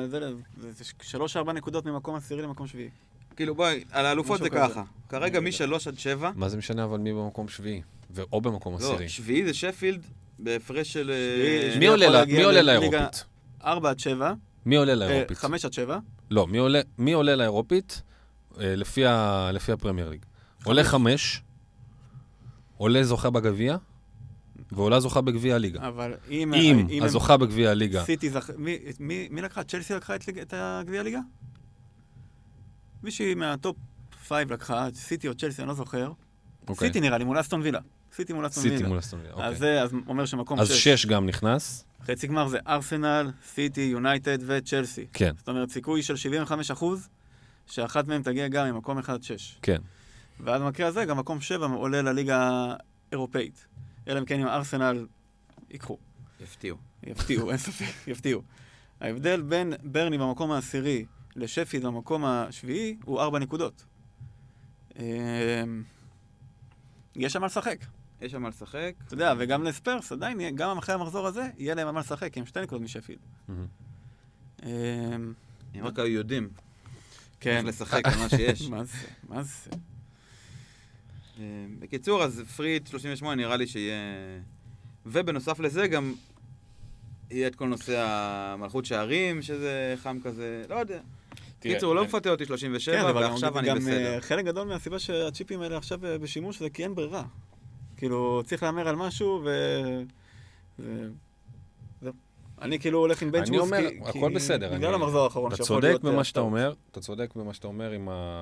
שלוש ארבע נקודות ממקום עשירי למקום שביעי. כאילו בואי, על האלופות זה ככה. כרגע משלוש עד שבע. מה זה משנה אבל מי במקום שביעי? או במקום עשירי? לא, שביעי זה שפילד, בהפרש של... מי עולה לאירופית? ארבע עד שבע. מי עולה לאירופית? חמש עד שבע. לא, מי עולה לאירופית לפי הפרמייר ליג? עולה חמש, עולה זוכה בגביע, ועולה זוכה בגביע הליגה. אבל אם... אם הזוכה בגביע הליגה... סיטי זכה... מי לקחה? צ'לסי לקחה את הגביע הליגה? מישהי מהטופ פייב לקחה, סיטי או צ'לסי, אני לא זוכר. סיטי נראה לי, מול אסטון וילה. סיטי מול אסטון וילה. סיטי מול אסטון וילה, אוקיי. אז זה אומר שמקום שש. אז שש גם נכנס. חצי גמר זה ארסנל, סיטי, יונייטד וצ'לסי. כן. זאת אומרת, סיכוי של שבעים וחמישה אחוז, שאחת מהם תגיע גם ממקום אחד עד שש. כן. ועד המקרה הזה, גם מקום שבע עולה לליגה האירופאית. אלא אם כן עם ארסנל ייקחו. יפתיעו. יפתיעו, אין ספק, יפתיעו. ההבדל בין ברני במקום העשירי לשפיד במקום השביעי הוא ארבע נקודות. יש שם מה לשחק. יש שם מה לשחק. אתה יודע, וגם לספרס, עדיין, גם אחרי המחזור הזה, יהיה להם מה לשחק, עם שתי נקודות משפיד. הם רק היו יודעים. כן. איך לשחק על מה שיש. מה זה? מה זה? בקיצור, אז פריט שלושים ושמונה נראה לי שיהיה... ובנוסף לזה גם יהיה את כל נושא המלכות שערים, שזה חם כזה, לא יודע. קיצור, לא מפתה אותי שלושים ושבע, ועכשיו אני בסדר. חלק גדול מהסיבה שהצ'יפים האלה עכשיו בשימוש זה כי אין ברירה. כאילו, צריך לאמר על משהו, ו... אני כאילו הולך עם בנצ'בוסט, אני אומר, הכל בסדר. בגלל המחזור האחרון אתה צודק במה שאתה אומר, אתה צודק במה שאתה אומר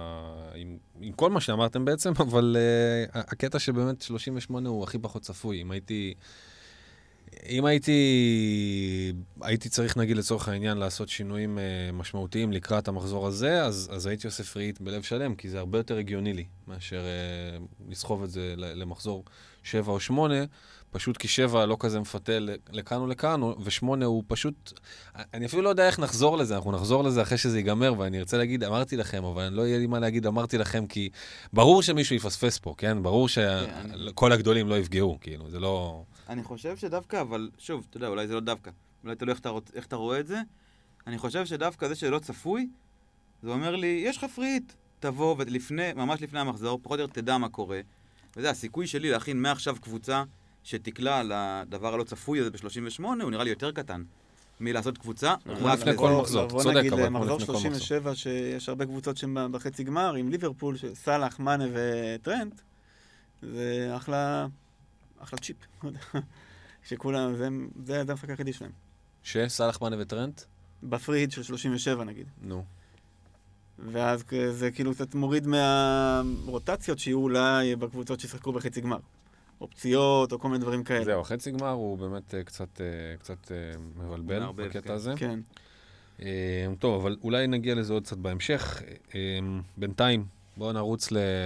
עם כל מה שאמרתם בעצם, אבל הקטע שבאמת שלושים ושמונה הוא הכי פחות צפוי. אם הייתי... אם הייתי, הייתי צריך, נגיד, לצורך העניין, לעשות שינויים uh, משמעותיים לקראת המחזור הזה, אז, אז הייתי עושה פריט בלב שלם, כי זה הרבה יותר הגיוני לי, מאשר uh, לסחוב את זה למחזור שבע או שמונה, פשוט כי שבע לא כזה מפתה לכאן או לכאן, ושמונה הוא פשוט, אני אפילו לא יודע איך נחזור לזה, אנחנו נחזור לזה אחרי שזה ייגמר, ואני ארצה להגיד, אמרתי לכם, אבל אני לא יהיה לי מה להגיד, אמרתי לכם, כי ברור שמישהו יפספס פה, כן? ברור שכל הגדולים לא יפגעו, כאילו, זה לא... אני חושב שדווקא, אבל שוב, אתה יודע, אולי זה לא דווקא. אולי תלוי איך אתה, איך אתה רואה את זה. אני חושב שדווקא זה שלא צפוי, זה אומר לי, יש לך פריט, תבוא, ולפני, ממש לפני המחזור, פחות או יותר תדע מה קורה. וזה, הסיכוי שלי להכין מעכשיו קבוצה שתקלה על הדבר הלא צפוי הזה ב-שלושים ושמונה, הוא נראה לי יותר קטן מלעשות קבוצה. רק לפני כל מחזור, צודק, אבל נגיד למחזור שלושים ושבע, שיש הרבה קבוצות שהן בחצי גמר, עם ליברפול, סלאח, מאנה וטרנט, זה אחלה... אחלה צ'יפ, שכולם, זה, זה, זה המפק היחידי שלהם. שסלאח, מאנה וטרנט? בפריד של שלושים ושבע נגיד. נו. ואז זה כאילו קצת מוריד מהרוטציות שיהיו אולי בקבוצות ששחקו בחצי גמר. או פציעות, או כל מיני דברים כאלה. זהו, החצי גמר הוא באמת קצת, קצת מבלבל בקטע הזה. כן. טוב, אבל אולי נגיע לזה עוד קצת בהמשך. בינתיים, בואו נרוץ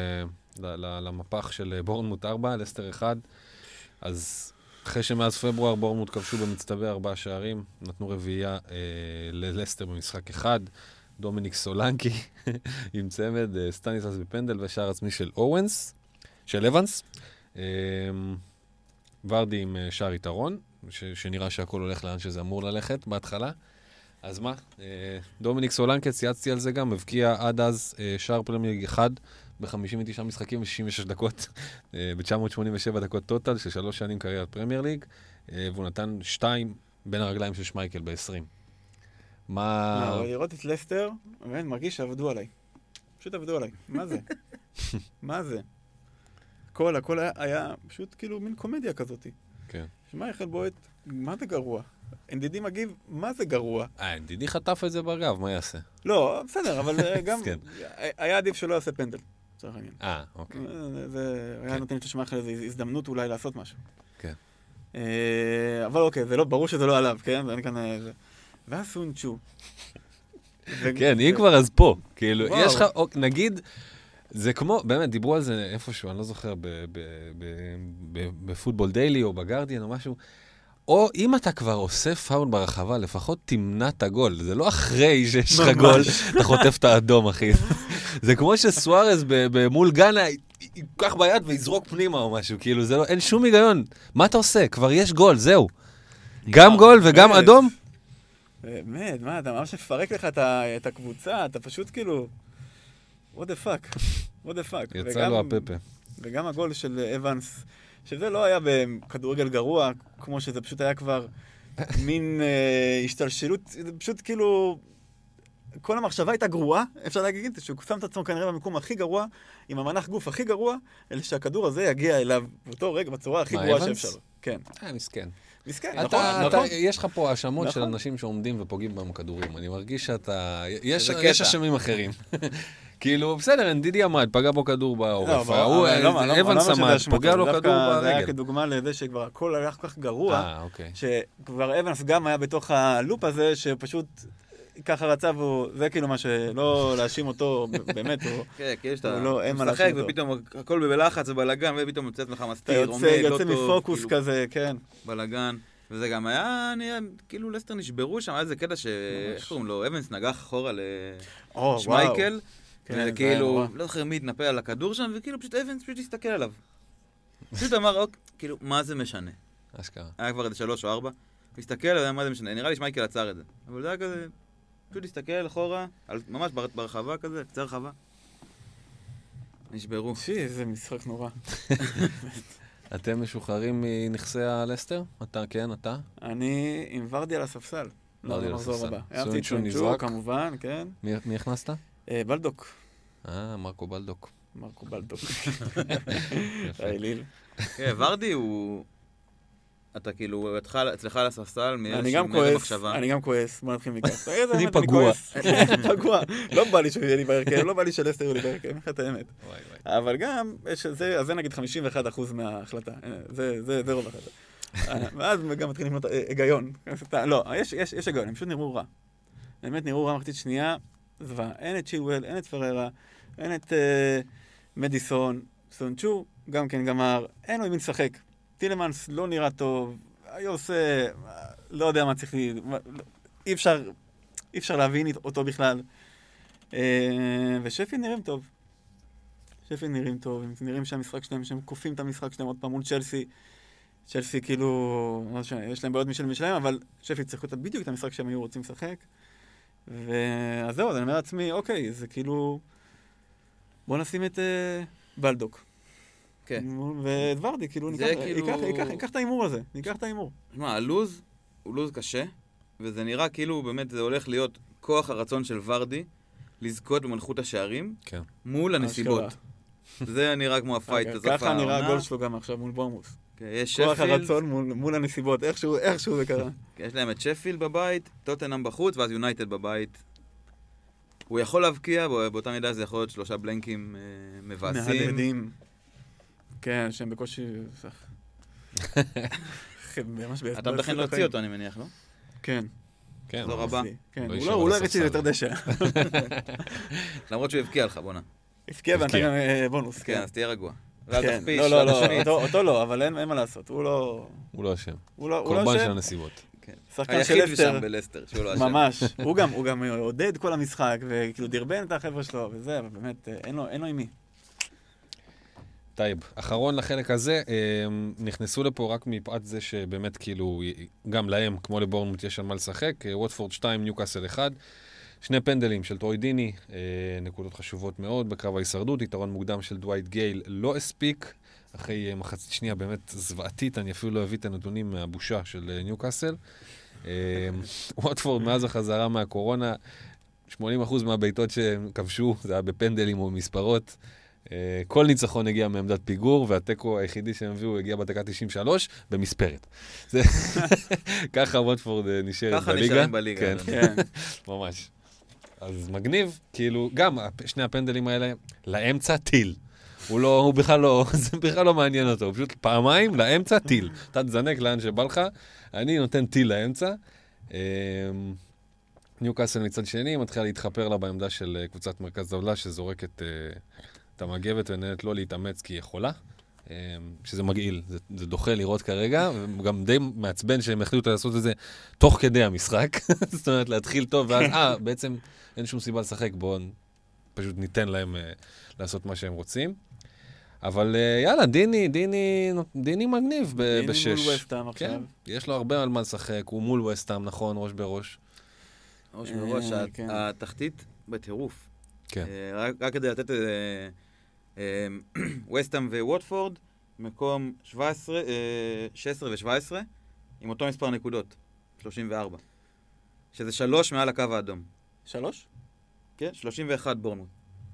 למפח של בורנמוט ארבע, לסטר אחד. אז אחרי שמאז פברואר בורנמוט כבשו במצטבר ארבעה שערים, נתנו רביעייה אה, ללסטר במשחק אחד, דומיניק סולנקי עם צמד, אה, סטניסלס בפנדל ושער עצמי של אורנס, של אבנס, אה, ורדי עם אה, שער יתרון, ש, שנראה שהכל הולך לאן שזה אמור ללכת בהתחלה. אז מה? אה, דומיניק סולנקי, צייצתי על זה גם, מבקיע עד אז אה, שער פרמייר ליג אחד, ב-חמישים ותשעה משחקים ו-שישים ושש דקות, ב-תשע מאות שמונים ושבע דקות טוטל, של שלוש שנים קריירת פרמייר ליג, והוא נתן שתיים בין הרגליים של שמייקל ב-עשרים. מה... לא, לראות את לסטר, אני מרגיש שעבדו עליי. פשוט עבדו עליי. מה זה? מה זה? הכל, הכל היה פשוט כאילו מין קומדיה כזאת. כן. שמייקל בועט, מה זה גרוע? אנדידי מגיב, מה זה גרוע? אה, אנדידי חטף את זה בגב, מה יעשה? לא, בסדר, אבל גם היה עדיף שלא יעשה פנדל. צריך להגיד. אה, אוקיי. זה היה נותן לשמח איזו הזדמנות אולי לעשות משהו. כן. אבל אוקיי, זה לא, ברור שזה לא עליו, כן? ואני כאן... ואז סונצ'ו. כן, אם כבר אז פה. כאילו, יש לך, נגיד, זה כמו, באמת, דיברו על זה איפשהו, אני לא זוכר, בפוטבול דיילי או בגרדיאן או משהו, או אם אתה כבר עושה פאול ברחבה, לפחות תמנע את הגול. זה לא אחרי שיש לך גול, אתה חוטף את האדום, אחי. זה כמו שסוארז במול גאנה ייקח ביד ויזרוק פנימה או משהו, כאילו, זה לא, אין שום היגיון. מה אתה עושה? כבר יש גול, זהו. גם גול וגם אדום? באמת, מה, אתה ממש מפרק לך את הקבוצה, אתה פשוט כאילו... what the fuck, what the fuck. יצא לו הפפה. וגם הגול של אבנס, שזה לא היה בכדורגל גרוע, כמו שזה פשוט היה כבר מין השתלשלות, זה פשוט כאילו... כל המחשבה הייתה גרועה, אפשר להגיד, שהוא שם את עצמו כנראה במקום הכי גרוע, עם המנח גוף הכי גרוע, אלא שהכדור הזה יגיע אליו באותו רגע, בצורה הכי גרועה שאפשר. כן. אה, מסכן. מסכן, נכון, נכון. יש לך פה האשמות של אנשים שעומדים ופוגעים בהם כדורים. אני מרגיש שאתה... יש אשמים אחרים. כאילו, בסדר, אנדידי עמד, פגע בו כדור בעורף. אבנס עמד, פוגע לו כדור ברגל. זה היה כדוגמה לזה שכבר הכל היה כל כך גרוע, שכבר אבנס גם היה בתוך הלופ הזה, שפשוט... ככה רצה, וזה כאילו מה שלא להאשים אותו, באמת, כן, כאילו שאתה משחק ופתאום הכל בלחץ ובלגן, ופתאום יוצא את לך מסתיר, עומד, לא טוב. יוצא מפוקוס כזה, כן. בלגן, וזה גם היה, כאילו לסטר נשברו שם, היה איזה קטע ש... איך קוראים לו? אבנס נגח אחורה לשמייקל, וכאילו, לא זוכר מי התנפל על הכדור שם, וכאילו פשוט אבנס פשוט הסתכל עליו. פשוט אמר, כאילו, מה זה משנה? אשכרה. היה כבר איזה שלוש או ארבע, הוא הסתכל עליו, מה זה משנה? נראה לי שמייקל עצר את זה. אבל זה היה כזה... פשוט להסתכל אחורה, ממש ברחבה כזה, קצר רחבה. נשברו. שי, איזה משחק נורא. אתם משוחררים מנכסי הלסטר? אתה, כן, אתה? אני עם ורדי על הספסל. ורדי על הספסל. אהבתי את סונצ'ו, כמובן, כן. מי הכנסת? בלדוק. אה, מרקו בלדוק. מרקו בלדוק. האליל. כן, ורדי הוא... אתה כאילו, אצלך על הספסל, אני גם כועס, אני גם כועס, בוא נתחיל מכך. אני פגוע. פגוע. לא בא לי שהוא יהיה לי בהרכב, לא בא לי שלסטר יהיה לי בהרכב, אני חייב את האמת. אבל גם, זה נגיד חמישים ואחד אחוז מההחלטה. זה רוב ההחלטה. ואז גם מתחילים לבנות היגיון. לא, יש היגיון, הם פשוט נראו רע. באמת נראו רע מחצית שנייה, זווה. אין את צ'ילואל, אין את פררה, אין את מדיסון, סונצ'ו, גם כן גמר, אין לו עם מי לשחק. טילמנס לא נראה טוב, היה עושה, לא יודע מה צריך לי, אי אפשר, אי אפשר להבין אותו בכלל. ושפי נראים טוב. שפי נראים טוב, הם נראים שהמשחק שלהם, שהם קופים את המשחק שלהם עוד פעם מול צ'לסי. צ'לסי כאילו, לא יודע, יש להם בעיות משל משלהם, אבל שפי צריכו אותה בדיוק את המשחק שהם היו רוצים לשחק. ואז זהו, אז אני אומר לעצמי, אוקיי, זה כאילו, בוא נשים את בלדוק. כן. ודברדי, כאילו, ניקח את האימור הזה, ניקח את האימור. תשמע, הלוז הוא לוז קשה, וזה נראה כאילו באמת זה הולך להיות כוח הרצון של ורדי לזכות במלכות השערים מול הנסיבות. זה נראה כמו הפייט הזאת. ככה נראה הגול שלו גם עכשיו מול בורמוס. כוח הרצון מול הנסיבות, איכשהו זה קרה. יש להם את שפילד בבית, טוטנהאם בחוץ, ואז יונייטד בבית. הוא יכול להבקיע, באותה מידה זה יכול להיות שלושה בלנקים מבאסים. מהדהדים. כן, שהם בקושי... אתה מתכן להוציא אותו, אני מניח, לא? כן. כן. זו רבה. הוא לא הרציתי יותר דשא. למרות שהוא הבקיע לך, בונה. הבקיע ואתה גם בונוס. כן, אז תהיה רגוע. כן, לא, לא, לא, אותו לא, אבל אין מה לעשות, הוא לא... הוא לא אשם. הוא לא קורבן של הנסיבות. היחיד משם בלסטר, שהוא לא אשם. ממש. הוא גם עודד כל המשחק, וכאילו דרבן את החבר'ה שלו, וזה, אבל באמת, אין לו עם מי. טייב, אחרון לחלק הזה, נכנסו לפה רק מפאת זה שבאמת כאילו, גם להם, כמו לבורנמוט, יש על מה לשחק, ווטפורד שתיים, ניוקאסל אחד, שני פנדלים של טרוי דיני, נקודות חשובות מאוד בקרב ההישרדות, יתרון מוקדם של דווייט גייל לא הספיק, אחרי מחצית שנייה באמת זוועתית, אני אפילו לא הביא את הנתונים מהבושה של ניוקאסל. ווטפורד מאז החזרה מהקורונה, שמונים אחוז מהביתות שהם כבשו, זה היה בפנדלים או מספרות, כל ניצחון הגיע מעמדת פיגור, והטקו היחידי שהם הביאו הגיע בדקה תשעים ושלוש במספרת. ככה ווטפורד נשארת בליגה. ככה נשארים בליגה. כן, ממש. אז מגניב, כאילו, גם שני הפנדלים האלה, לאמצע טיל. הוא לא, הוא בכלל לא, זה בכלל לא מעניין אותו, פשוט פעמיים לאמצע טיל. אתה תזנק לאן שבא לך, אני נותן טיל לאמצע. ניוקאסל מצד שני, מתחילה להתחפר לה בעמדה של קבוצת מרכז טבלה, שזורקת את המגבת ונהנת לא להתאמץ כי היא יכולה, שזה מגעיל, זה, זה דוחה לראות כרגע, וגם די מעצבן שהם החליטו לעשות את זה תוך כדי המשחק, זאת אומרת להתחיל טוב, ואז אה, בעצם אין שום סיבה לשחק, בואו פשוט ניתן להם לעשות מה שהם רוצים. אבל יאללה, דיני, דיני, דיני מגניב בשש. דיני מול וסטהאם עכשיו. יש לו הרבה על מה לשחק, הוא מול וסטהאם, נכון, ראש בראש. ראש בראש, התחתית בטירוף. כן. רק כדי לתת וסטהאם וווטפורד, מקום שבע עשרה, שש עשרה ו-שבע עשרה, עם אותו מספר נקודות, שלושים וארבע. שזה שלוש מעל הקו האדום. שלוש? כן, שלושים ואחת בורנמוט.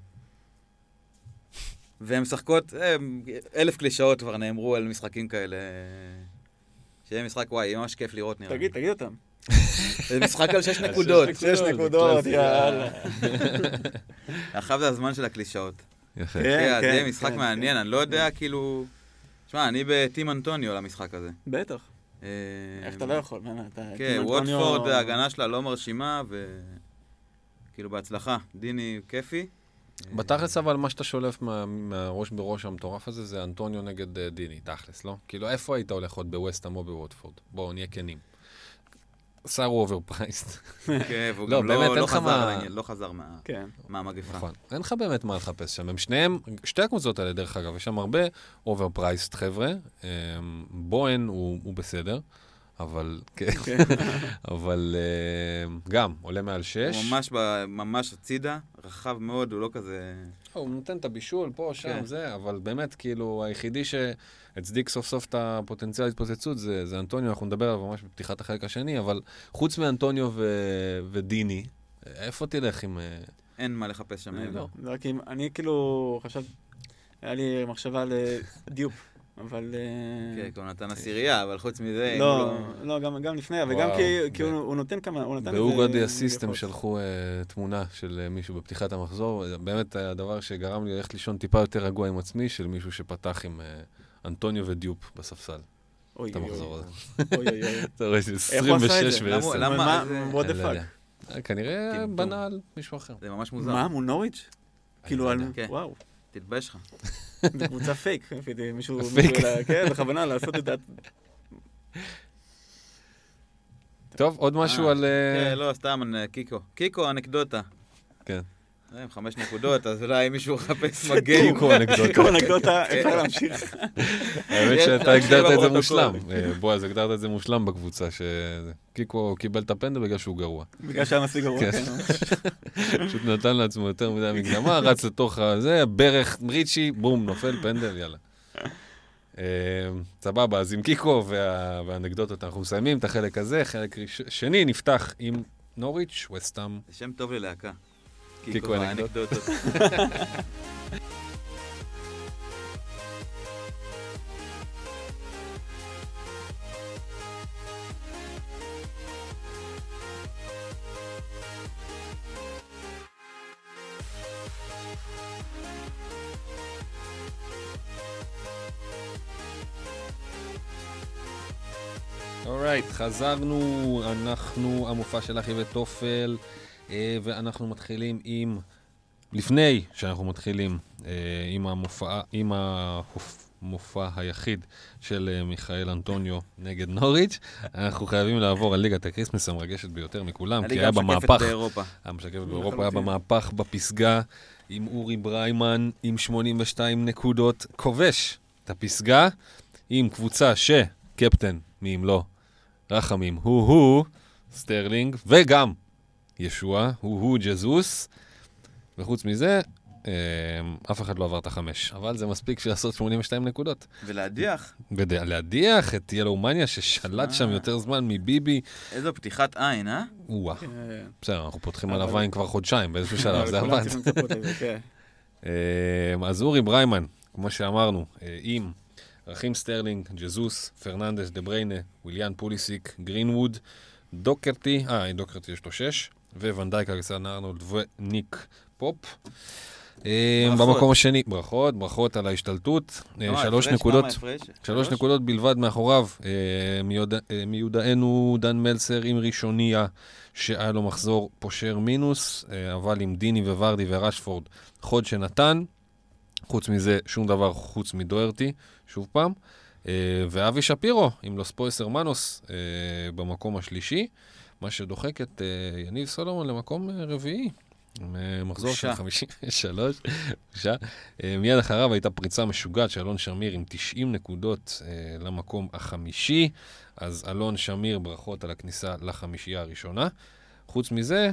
והן משחקות, אלף קלישאות כבר נאמרו על משחקים כאלה, שיהיה משחק וואי, ממש כיף לראות נראה. תגיד, תגיד אותם. זה משחק על שש נקודות. שש נקודות, יאללה. עכשיו זה הזמן של הקלישאות. יפה. כן, זה יהיה משחק מעניין, אני לא יודע, כאילו... תשמע, אני בטים אנטוניו למשחק הזה. בטח. איך אתה לא יכול? כן, ווטפורד, ההגנה שלה לא מרשימה, וכאילו בהצלחה. דיני כיפי. בתכלס אבל מה שאתה שולף מהראש בראש המטורף הזה, זה אנטוניו נגד דיני, תכלס, לא? כאילו, איפה היית הולך עוד בווסטהאם או בווטפורד? בואו, נהיה כנים. שר הוא אוברפרייסט. כן, והוא גם לא חזר מהמגפה. נכון. אין לך באמת מה לחפש שם. הם שניהם, שתי הקבוצות האלה, דרך אגב, יש שם הרבה אוברפרייסט חבר'ה. בוהן הוא בסדר, אבל, כן, אבל גם, עולה מעל שש. הוא ממש, ממש הצידה, רחב מאוד, הוא לא כזה... הוא נותן את הבישול פה, שם, זה, אבל באמת, כאילו, היחידי שהצדיק סוף סוף את הפוטנציאל התפוצצות, זה, זה אנטוניו, אנחנו נדבר עליו ממש בפתיחת החלק השני, אבל חוץ מאנטוניו ודיני, איפה תלך עם... אין מה לחפש שם. לא, רק אם, אני כאילו חשב, היה לי מחשבה לדיופ. אבל... כן, כי הוא נתן עשירייה, אבל חוץ מזה... לא, לא, גם לפני, וגם כי הוא נותן כמה... באוגרדי הסיסטם שלחו תמונה של מישהו בפתיחת המחזור, באמת הדבר שגרם לי ללכת לישון טיפה יותר רגוע עם עצמי, של מישהו שפתח עם אנטוניו ודיופ בספסל. את המחזור הזה. אוי אוי אוי. אתה רואה, עשרים ושש ועשר. למה? what the fuck? כנראה בנה על מישהו אחר. זה ממש מוזר. מה? מול נוריץ'? כאילו על... וואו. תתבייש לך. זה קבוצה פייק, מישהו... פייק. כן, בכוונה לעשות את זה. טוב, עוד משהו על... כן, לא, סתם, קיקו. קיקו, אנקדוטה. כן. עם חמש נקודות, אז אולי מישהו חפש מגן. קיקו אנקדוטה. קיקו אנקדוטה, אפשר להמשיך. האמת שאתה הגדרת את זה מושלם. בועז, הגדרת את זה מושלם בקבוצה, שקיקו קיבל את הפנדל בגלל שהוא גרוע. בגלל שהיה מספיק גרוע, כן. פשוט נתן לעצמו יותר מדי מקדמה, רץ לתוך הזה, ברך, ריצ'י, בום, נופל, פנדל, יאללה. סבבה, אז עם קיקו והאנקדוטות אנחנו מסיימים את החלק הזה, חלק שני נפתח עם נוריץ' וסטאם. זה שם טוב ללהקה. קיקו אנקדוטות. אורייט, חזרנו, אנחנו המופע של אחי וטופל, ואנחנו מתחילים עם, לפני שאנחנו מתחילים עם המופע, עם המופע היחיד של מיכאל אנטוניו נגד נוריץ', אנחנו חייבים לעבור על ליגת הקריסמס המרגשת ביותר מכולם, כי היה במהפך, הליגה המשקפת באירופה. המשקפת באירופה היה במהפך בפסגה, עם אורי בריימן, עם שמונים ושתיים נקודות, כובש את הפסגה, עם קבוצה שקפטן, מי אם לא, רחמים, הוא-הוא, סטרלינג, וגם ישוע, הוא-הוא, ג'זוס, וחוץ מזה, אף אחד לא עבר את החמש, אבל זה מספיק לעשות שמונים ושתיים נקודות. ולהדיח. ולהדיח את ילאומניה ששלט שם יותר זמן מביבי. איזו פתיחת עין, אה? וואה. בסדר, אנחנו פותחים על הווין כבר חודשיים, באיזשהו שלב, זה עבד. אז אורי בריימן, כמו שאמרנו, עם רחים סטרלינג, ג'זוס, פרננדס, דבריינה, וויליאן פוליסיק, גרינווד, דוקרטי, אה, דוקרטי יש לו שש, וונדייק, אלכסנדר ארנולד וניק פופ. במקום השני, ברכות, ברכות על ההשתלטות. שלוש נקודות, שלוש נקודות בלבד מאחוריו, מיודענו דן מלסר עם ראשוניה, שהיה לו מחזור פושר מינוס, אבל עם דיני וורדי ורשפורד חוד שנתן. חוץ מזה, שום דבר חוץ מדוארטי, שוב פעם. ואבי שפירו, עם לוס פויס הרמנוס, במקום השלישי, מה שדוחק את יניב סולומון למקום רביעי. מחזור של חמישים ושלוש. מיד אחריו הייתה פריצה משוגעת של אלון שמיר עם תשעים נקודות למקום החמישי. אז אלון שמיר, ברכות על הכניסה לחמישייה הראשונה. חוץ מזה,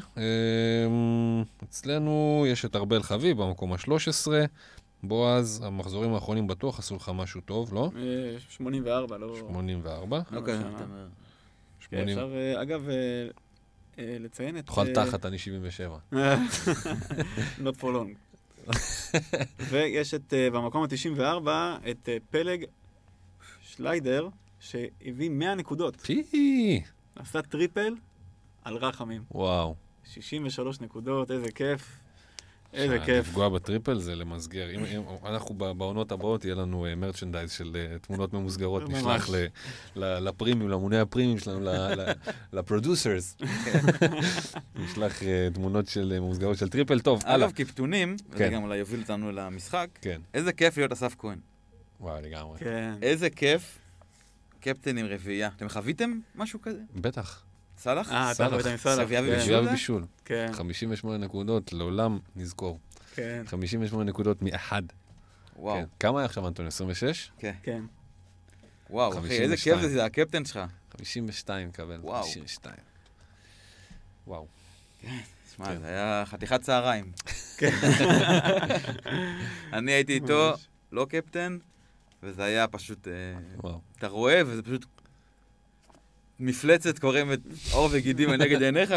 אצלנו יש את ארבל חביב במקום ה-שלוש עשרה. בועז, המחזורים האחרונים בטוח עשו לך משהו טוב, לא? שמונים וארבע, לא... שמונים וארבע. אוקיי. אפשר, אגב, לציין את... תאכל תחת, אני שבעים ושבע. Not for long. ויש את, במקום ה-תשעים וארבע, את פלג שליידר, שהביא מאה נקודות. פי! עשה טריפל על רחמים. וואו. שישים ושלוש נקודות, איזה כיף. איזה כיף. לפגוע בטריפל זה למסגר. אם, אם אנחנו בעונות הבאות, יהיה לנו uh, מרצ'נדייז של uh, תמונות ממוסגרות, נשלח ל, ל, לפרימיום, למוני הפרימיום שלנו, לפרודוסרס. נשלח uh, תמונות של uh, ממוסגרות של טריפל. טוב, הלאה. אגב, כפתונים, וזה גם אולי יוביל אותנו למשחק, כן. איזה כיף להיות אסף כהן. וואו, לגמרי. כן. איזה כיף, קפטן עם רביעייה. אתם חוויתם משהו כזה? בטח. סלח? אה, אתה חווית עם סלח. סביה ובישול? סביה ובישול. כן. חמישים ושמונה נקודות, לעולם נזכור. כן. חמישים ושמונה נקודות מאחד. וואו. כמה היה עכשיו, אנטוני? עשרים ושש? כן. כן. וואו, אחי, איזה כיף זה, זה הקפטן שלך. חמישים ושתיים קבל, חמישים ושתיים. וואו. שמע, זה היה חתיכת צהריים. אני הייתי איתו, לא קפטן, וזה היה פשוט, אתה רואה, וזה פשוט מפלצת קורמת עור וגידים נגד עיניך,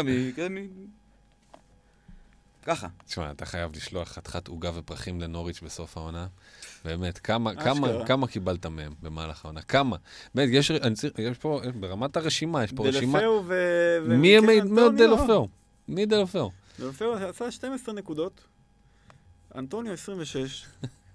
ככה. תשמע, אתה חייב לשלוח חתיכת עוגה ופרחים לנוריץ' בסוף העונה. באמת, כמה, כמה, כמה קיבלת מהם במהלך העונה? כמה? באמת, יש, יש פה, ברמת הרשימה, יש פה רשימה... דלפאו ו... מי הם מאוד דלפאו? מי דלפאו? דלפאו עשה שתים עשרה נקודות, אנטוניו עשרים ושש.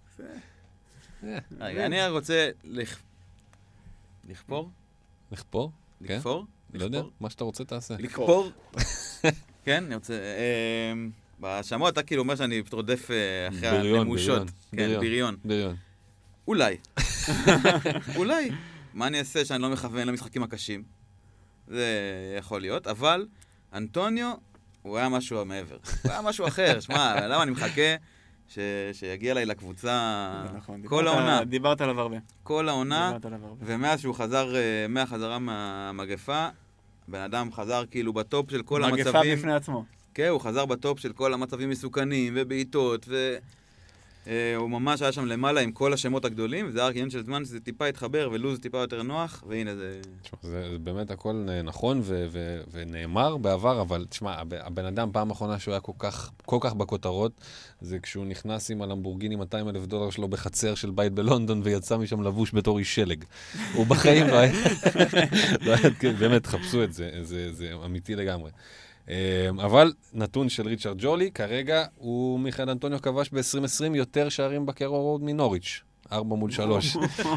אני רוצה לכפור? לכפור? לכפור? לא יודע, מה שאתה רוצה תעשה. לכפור? כן, אני רוצה... בשמות אתה כאילו אומר שאני רודף אחרי הנמושות. כן, בריון. בריון. אולי. אולי. מה אני אעשה שאני לא מכוון למשחקים הקשים? זה יכול להיות, אבל אנטוניו, הוא היה משהו מעבר. הוא היה משהו אחר. שמע, למה אני מחכה שיגיע אליי לקבוצה כל העונה. דיברת עליו הרבה. כל העונה, ומאז שהוא חזר, מהחזרה מהמגפה, בן אדם חזר כאילו בטופ של כל המצבים. מגפה בפני עצמו. כן, הוא חזר בטופ של כל המצבים מסוכנים ובעיטות, והוא ממש היה שם למעלה עם כל השמות הגדולים, וזה היה עניין של זמן שזה טיפה התחבר, ולוז טיפה יותר נוח, והנה זה... תשמע, זה, זה באמת הכל נכון ו- ו- ונאמר בעבר, אבל תשמע, הבן אדם פעם האחרונה שהוא היה כל כך, כל כך בכותרות, זה כשהוא נכנס עם הלמבורגיני מאתיים אלף דולר שלו בחצר של בית בלונדון, ויצא משם לבוש בתור איש שלג. הוא בחיים לא היה... באמת, חפשו את זה, זה, זה אמיתי לגמרי. אבל נתון של ריצ'רד ג'ולי, כרגע הוא מיכאל אנטוניו כבש ב-עשרים עשרים יותר שערים בקרו רוד מנוריץ', ארבע מול שלוש.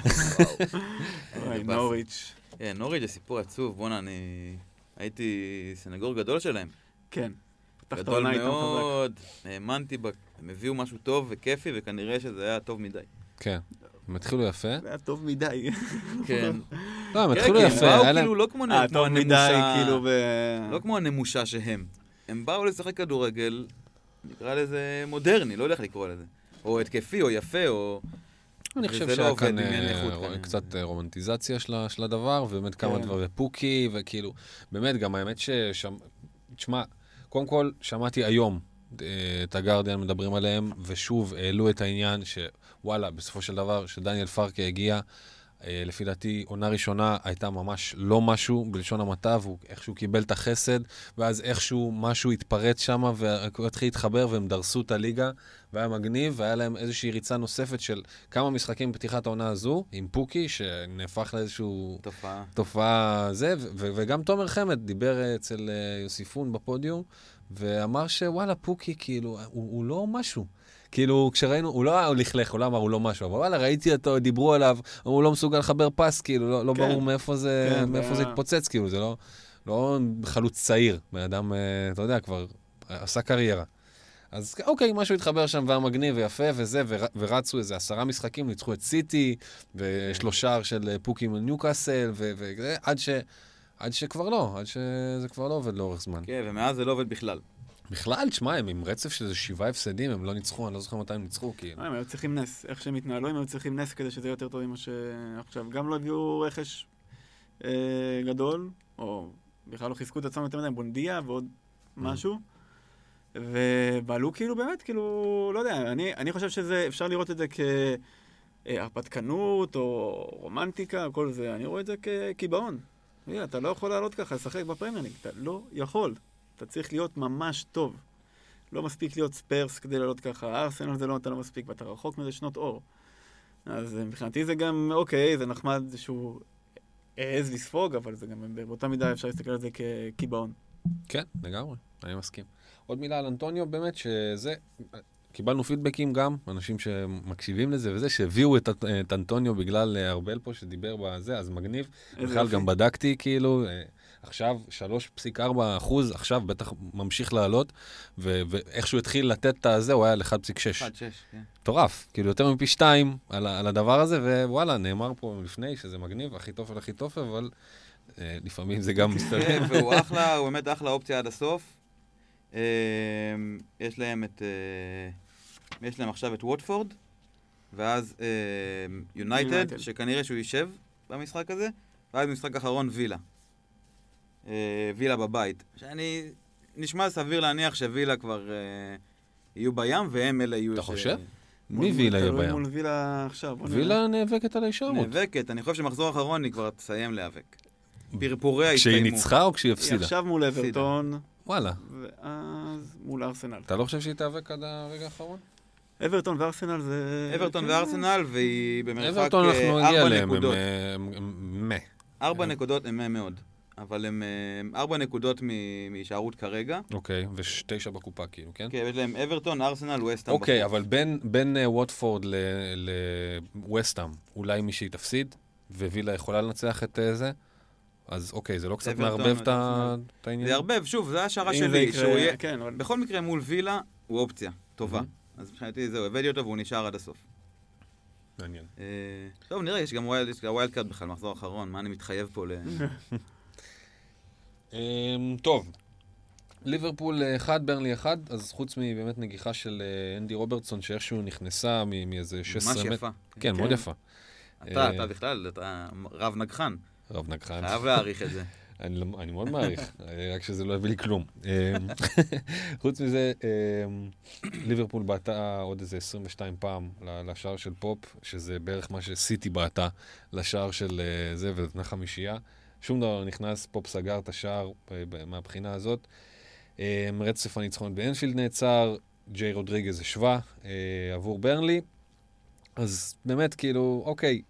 נוריץ'. נוריץ' זה סיפור עצוב, בוא'נה, אני הייתי סנגור גדול שלהם. כן. גדול מאוד, האמנתי, הם הביאו משהו טוב וכיפי, וכנראה שזה היה טוב מדי. כן. הם התחילו יפה. זה היה טוב מדי. כן. לא, הם התחילו יפה. הם באו כאילו לא כמו הנמושה. לא כמו הנמושה שהם. הם באו לשחק כדורגל, נקרא לזה מודרני, לא הולך לקרוא לזה. או התקפי, או יפה, או... אני חושב שהיה כאן קצת רומנטיזציה של הדבר, ובאמת כמה דברים פוקי, וכאילו, באמת גם האמת ששם... תשמע, קודם כל, שמעתי היום את הגרדיאן מדברים עליהם, ושוב העלו את העניין שוואלה, בסופו של דבר, שדניאל פרקה הגיע, לפי דעתי, עונה ראשונה הייתה ממש לא משהו בלשון המעטה, והוא איכשהו קיבל את החסד, ואז איכשהו משהו התפרץ שם, והוא התחיל להתחבר, והם דרסו את הליגה, והיה מגניב, והיה להם איזושהי ריצה נוספת של כמה משחקים בפתיחת העונה הזו, עם פוקי, שנהפך לאיזשהו... תופעה. תופעה זה, ו- וגם תומר חמד דיבר אצל יוסיפון בפודיום, ואמר שוואלה, פוקי, כאילו, הוא, הוא לא משהו. כאילו, כשראינו, הוא לא לכלך, הוא לא אמר, הוא לא משהו, אבל וואלה, ראיתי אותו, דיברו עליו, הוא לא מסוגל לחבר פס, כאילו, לא, לא כן. ברור מאיפה זה, כן, מאיפה זה התפוצץ, כאילו, זה לא, לא חלוץ צעיר, בן אדם, אתה יודע, כבר עשה קריירה. אז אוקיי, משהו התחבר שם, והיה מגניב ויפה וזה, ורצו איזה עשרה משחקים, ניצחו את סיטי, ושלושה של פוקים לניוקאסל, ועד ש... עד שכבר לא, עד שזה כבר לא עובד לאורך זמן. כן, ומאז זה לא עובד בכלל. בכלל, תשמע, הם עם רצף של שבעה הפסדים, הם לא ניצחו, אני לא זוכר מתי הם ניצחו, כאילו. הם היו צריכים נס, איך שהם התנהלו, הם היו צריכים נס כדי שזה יהיה יותר טוב ממה שעכשיו. גם לא הביאו רכש גדול, או בכלל לא חיזקו את עצמם יותר מדי, בונדיה ועוד משהו, ובעלו כאילו באמת, כאילו, לא יודע, אני חושב שזה, אפשר לראות את זה כהרפתקנות, או רומנטיקה, כל זה, אני רואה את זה כקיבעון. אתה לא יכול לעלות ככה, לשחק בפרמייר ליג, אתה לא יכול. אתה צריך להיות ממש טוב. לא מספיק להיות ספרס כדי לעלות ככה. ארסנל זה לא, אתה לא מספיק, ואתה רחוק מזה שנות אור. אז מבחינתי זה גם, אוקיי, זה נחמד שהוא העז לספוג, אבל זה גם באותה מידה אפשר להסתכל על זה כקיבעון. כן, לגמרי, אני מסכים. עוד מילה על אנטוניו, באמת שזה... קיבלנו פידבקים גם, אנשים שמקשיבים לזה וזה, שהביאו את, את אנטוניו בגלל ארבל פה שדיבר בזה, אז מגניב. בכלל גם בדקתי, כאילו, עכשיו שלוש נקודה ארבע אחוז, עכשיו בטח ממשיך לעלות, ו- ואיכשהו התחיל לתת את הזה, הוא היה על אחד נקודה שש. אחד נקודה שש, כן. טורף, כאילו יותר מפי שתיים על, על הדבר הזה, ווואלה, נאמר פה לפני שזה מגניב, הכי טוב הכי טוב, אבל אה, לפעמים זה גם מסתכל. כן, והוא אחלה, הוא באמת אחלה אופציה עד הסוף. אה, יש להם את... אה, יש להם עכשיו את ווטפורד, ואז יונייטד, שכנראה שהוא יישב במשחק הזה, ואז במשחק האחרון וילה. וילה בבית. שאני... נשמע סביר להניח שווילה כבר יהיו בים, והם אלה יהיו... אתה חושב? מי וילה יהיה בים? מול וילה עכשיו. וילה נאבקת על הישארות. נאבקת, אני חושב שמחזור האחרון היא כבר תסיים להיאבק. פרפוריה הסתיימו. כשהיא ניצחה או כשהיא הפסידה? היא עכשיו מול אברטון. וואלה. ואז מול ארסנל. אתה לא חושב שהיא תאבק עד הרגע האחרון? אברטון וארסנל זה... אברטון וארסנל, והיא במרחק ארבע נקודות. מה? ארבע נקודות הם מה מאוד. אבל הם ארבע נקודות מהישארות כרגע. אוקיי, ותשע בקופה כאילו, כן? כן, יש להם אברטון, ארסנל, ווסטהאם. אוקיי, אבל בין ווטפורד לווסטהאם, אולי מישהי תפסיד, ווילה יכולה לנצח את זה, אז אוקיי, זה לא קצת מערבב את העניין? זה ערבב, שוב, זה השערה שלי. בכל מקרה מול וילה הוא אופציה טובה. אז מבחינתי זהו, הבאתי אותו והוא נשאר עד הסוף. מעניין. טוב, נראה, יש גם ווילד קארד בכלל, מחזור האחרון, מה אני מתחייב פה ל... טוב, ליברפול אחד, ברנלי אחד, אז חוץ מבאמת נגיחה של אנדי רוברטסון, שאיכשהו נכנסה מאיזה שש עשרה מטר. ממש יפה. כן, מאוד יפה. אתה, אתה בכלל, אתה רב נגחן. רב נגחן. חייב להעריך את זה. אני מאוד מעריך, רק שזה לא הביא לי כלום. חוץ מזה, ליברפול בעטה עוד איזה עשרים ושתיים פעם לשער של פופ, שזה בערך מה שסיטי בעטה לשער של זה, ונתנה חמישייה. שום דבר לא נכנס, פופ סגר את השער מהבחינה הזאת. רצף הניצחון באנפילד נעצר, ג'יי רודריגז השווה עבור ברנלי. אז באמת, כאילו, אוקיי,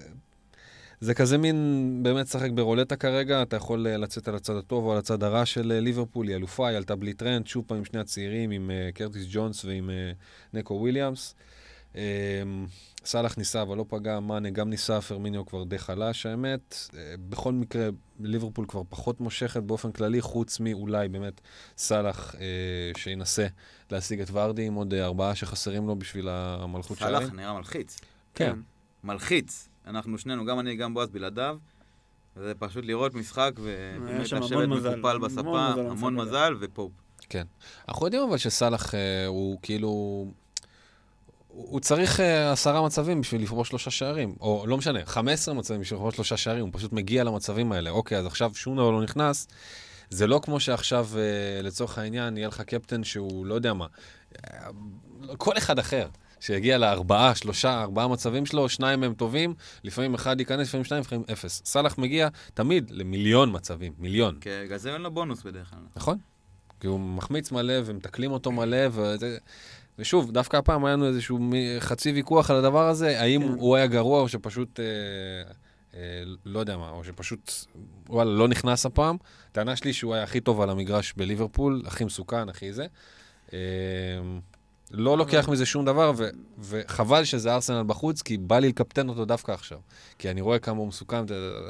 זה כזה מין באמת שחק ברולטה כרגע, אתה יכול לצאת על הצד הטוב או על הצד הרע של ליברפול, היא אלופה, היא עלתה בלי טרנד, שוב פעם עם שני הצעירים, עם קרטיס ג'ונס ועם נקו וויליאמס. סלח ניסה, אבל לא פגע, מאנה גם ניסה, פרמיניו כבר די חלש, האמת. בכל מקרה, ליברפול כבר פחות מושכת באופן כללי, חוץ מאולי באמת סלח שינסה להשיג את ורדי עם עוד ארבעה שחסרים לו בשביל המלכות שערים. סלח נראה מלחיץ. כן. מלחיץ. אנחנו שנינו, גם אני, גם בועז בלעדיו, וזה פשוט לראות משחק ובאמת לשבת מקופל בספה, המון מזל ופופ. כן. אנחנו יודעים אבל שסלח הוא כאילו... הוא צריך עשרה מצבים בשביל לפרוש שלושה שערים, או לא משנה, חמש עשרה מצבים בשביל לפרוש שלושה שערים, הוא פשוט מגיע למצבים האלה. אוקיי, אז עכשיו שום דבר לא נכנס, זה לא כמו שעכשיו, לצורך העניין, יהיה לך קפטן שהוא לא יודע מה, כל אחד אחר, שיגיע לארבעה, שלושה, ארבעה מצבים שלו, שניים מהם טובים, לפעמים אחד ייכנס, לפעמים שניים, לפעמים אפס. סלח מגיע תמיד למיליון מצבים, מיליון. כן, בגלל זה אין לו בונוס בדרך כלל. נכון? כי הוא מחמיץ מלא ומתקלים אותו מלא, וזה... ושוב, דווקא הפעם היה לנו איזשהו חצי ויכוח על הדבר הזה, האם כן. הוא היה גרוע או שפשוט, אה, אה, לא יודע מה, או שפשוט, וואלה, לא נכנס הפעם. טענה שלי שהוא היה הכי טוב על המגרש בליברפול, הכי מסוכן, הכי זה. אה, לא לוקח מזה שום דבר, ו- וחבל שזה ארסנל בחוץ, כי בא לי לקפטן אותו דווקא עכשיו. כי אני רואה כמה הוא מסוכן.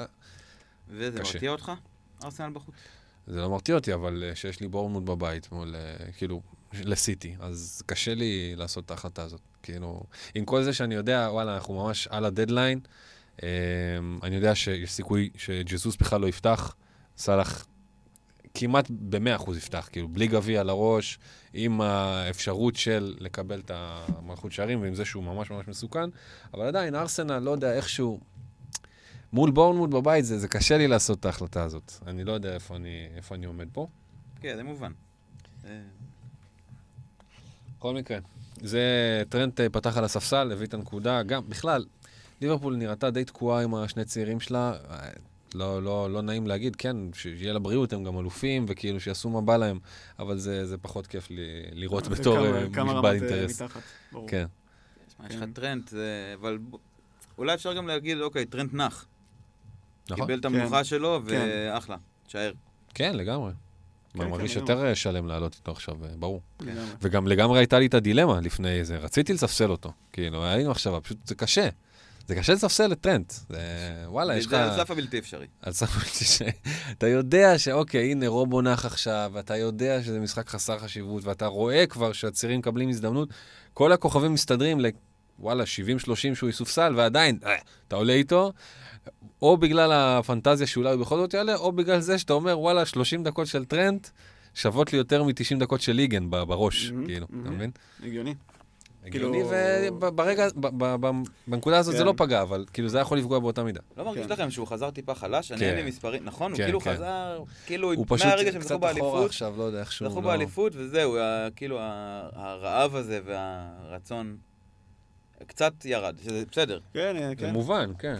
וזה מרתיע אותך, ארסנל בחוץ? זה לא מרתיע אותי, אבל שיש לי בורנמוט בבית, מול, כאילו... לסיטי, אז קשה לי לעשות את ההחלטה הזאת. כאילו, עם כל זה שאני יודע, וואלה, אנחנו ממש על הדדליין, אה, אני יודע שיש סיכוי שג'זוס בכלל לא יפתח, סלח כמעט ב-מאה אחוז יפתח, כאילו, בלי גביע על הראש, עם האפשרות של לקבל את המלכות שערים, ועם זה שהוא ממש ממש מסוכן, אבל עדיין, ארסנל, לא יודע, איכשהו, מול בורנמוט בבית, זה, זה קשה לי לעשות את ההחלטה הזאת. אני לא יודע איפה אני, איפה אני עומד פה. כן, זה מובן. בכל מקרה, זה טרנט פתח על הספסל, הביא את הנקודה, גם בכלל, ליברפול נראתה די תקועה עם השני צעירים שלה, לא, לא, לא נעים להגיד, כן, שיהיה לבריאות, הם גם אלופים, וכאילו שיעשו מה בא להם, אבל זה, זה פחות כיף לי, לראות בתור משבע אינטרס. כן. יש לך טרנט, אבל אולי אפשר גם להגיד, אוקיי, טרנט נח. קיבל את המנוחה שלו, ואחלה, תשאר. כן, לגמרי. אני מרגיש יותר שלם לעלות איתו עכשיו, ברור. וגם לגמרי הייתה לי את הדילמה לפני זה, רציתי לספסל אותו, כאילו, היינו עכשיו, פשוט זה קשה. זה קשה לספסל את טרנט. וואלה, יש לך... זה על סף הבלתי אפשרי. על סף הבלתי אפשרי. אתה יודע שאוקיי, הנה רובו נח עכשיו, ואתה יודע שזה משחק חסר חשיבות, ואתה רואה כבר שהצירים מקבלים הזדמנות, כל הכוכבים מסתדרים לוואלה, שבעים שלושים שהוא יסופסל, ועדיין, אתה עולה איתו, או בגלל הפנטזיה שאולי בכל זאת יעלה, או בגלל זה שאתה אומר, וואלה, שלושים דקות של טרנט, שוות לי יותר מ-תשעים דקות של ליגן בראש, כאילו, אתה מבין? הגיוני. הגיוני, וברגע, בנקודה הזאת זה לא פגע, אבל כאילו זה יכול לפגוע באותה מידה. לא מרגיש לכם שהוא חזר טיפה חלש? אני אין לי מספרים, נכון? הוא כאילו חזר, כאילו מהרגע שהם זכו באליפות, זכו באליפות וזהו, כאילו הרעב הזה והרצון קצת ירד, שזה בסדר. כן, כן. זה מובן, כן.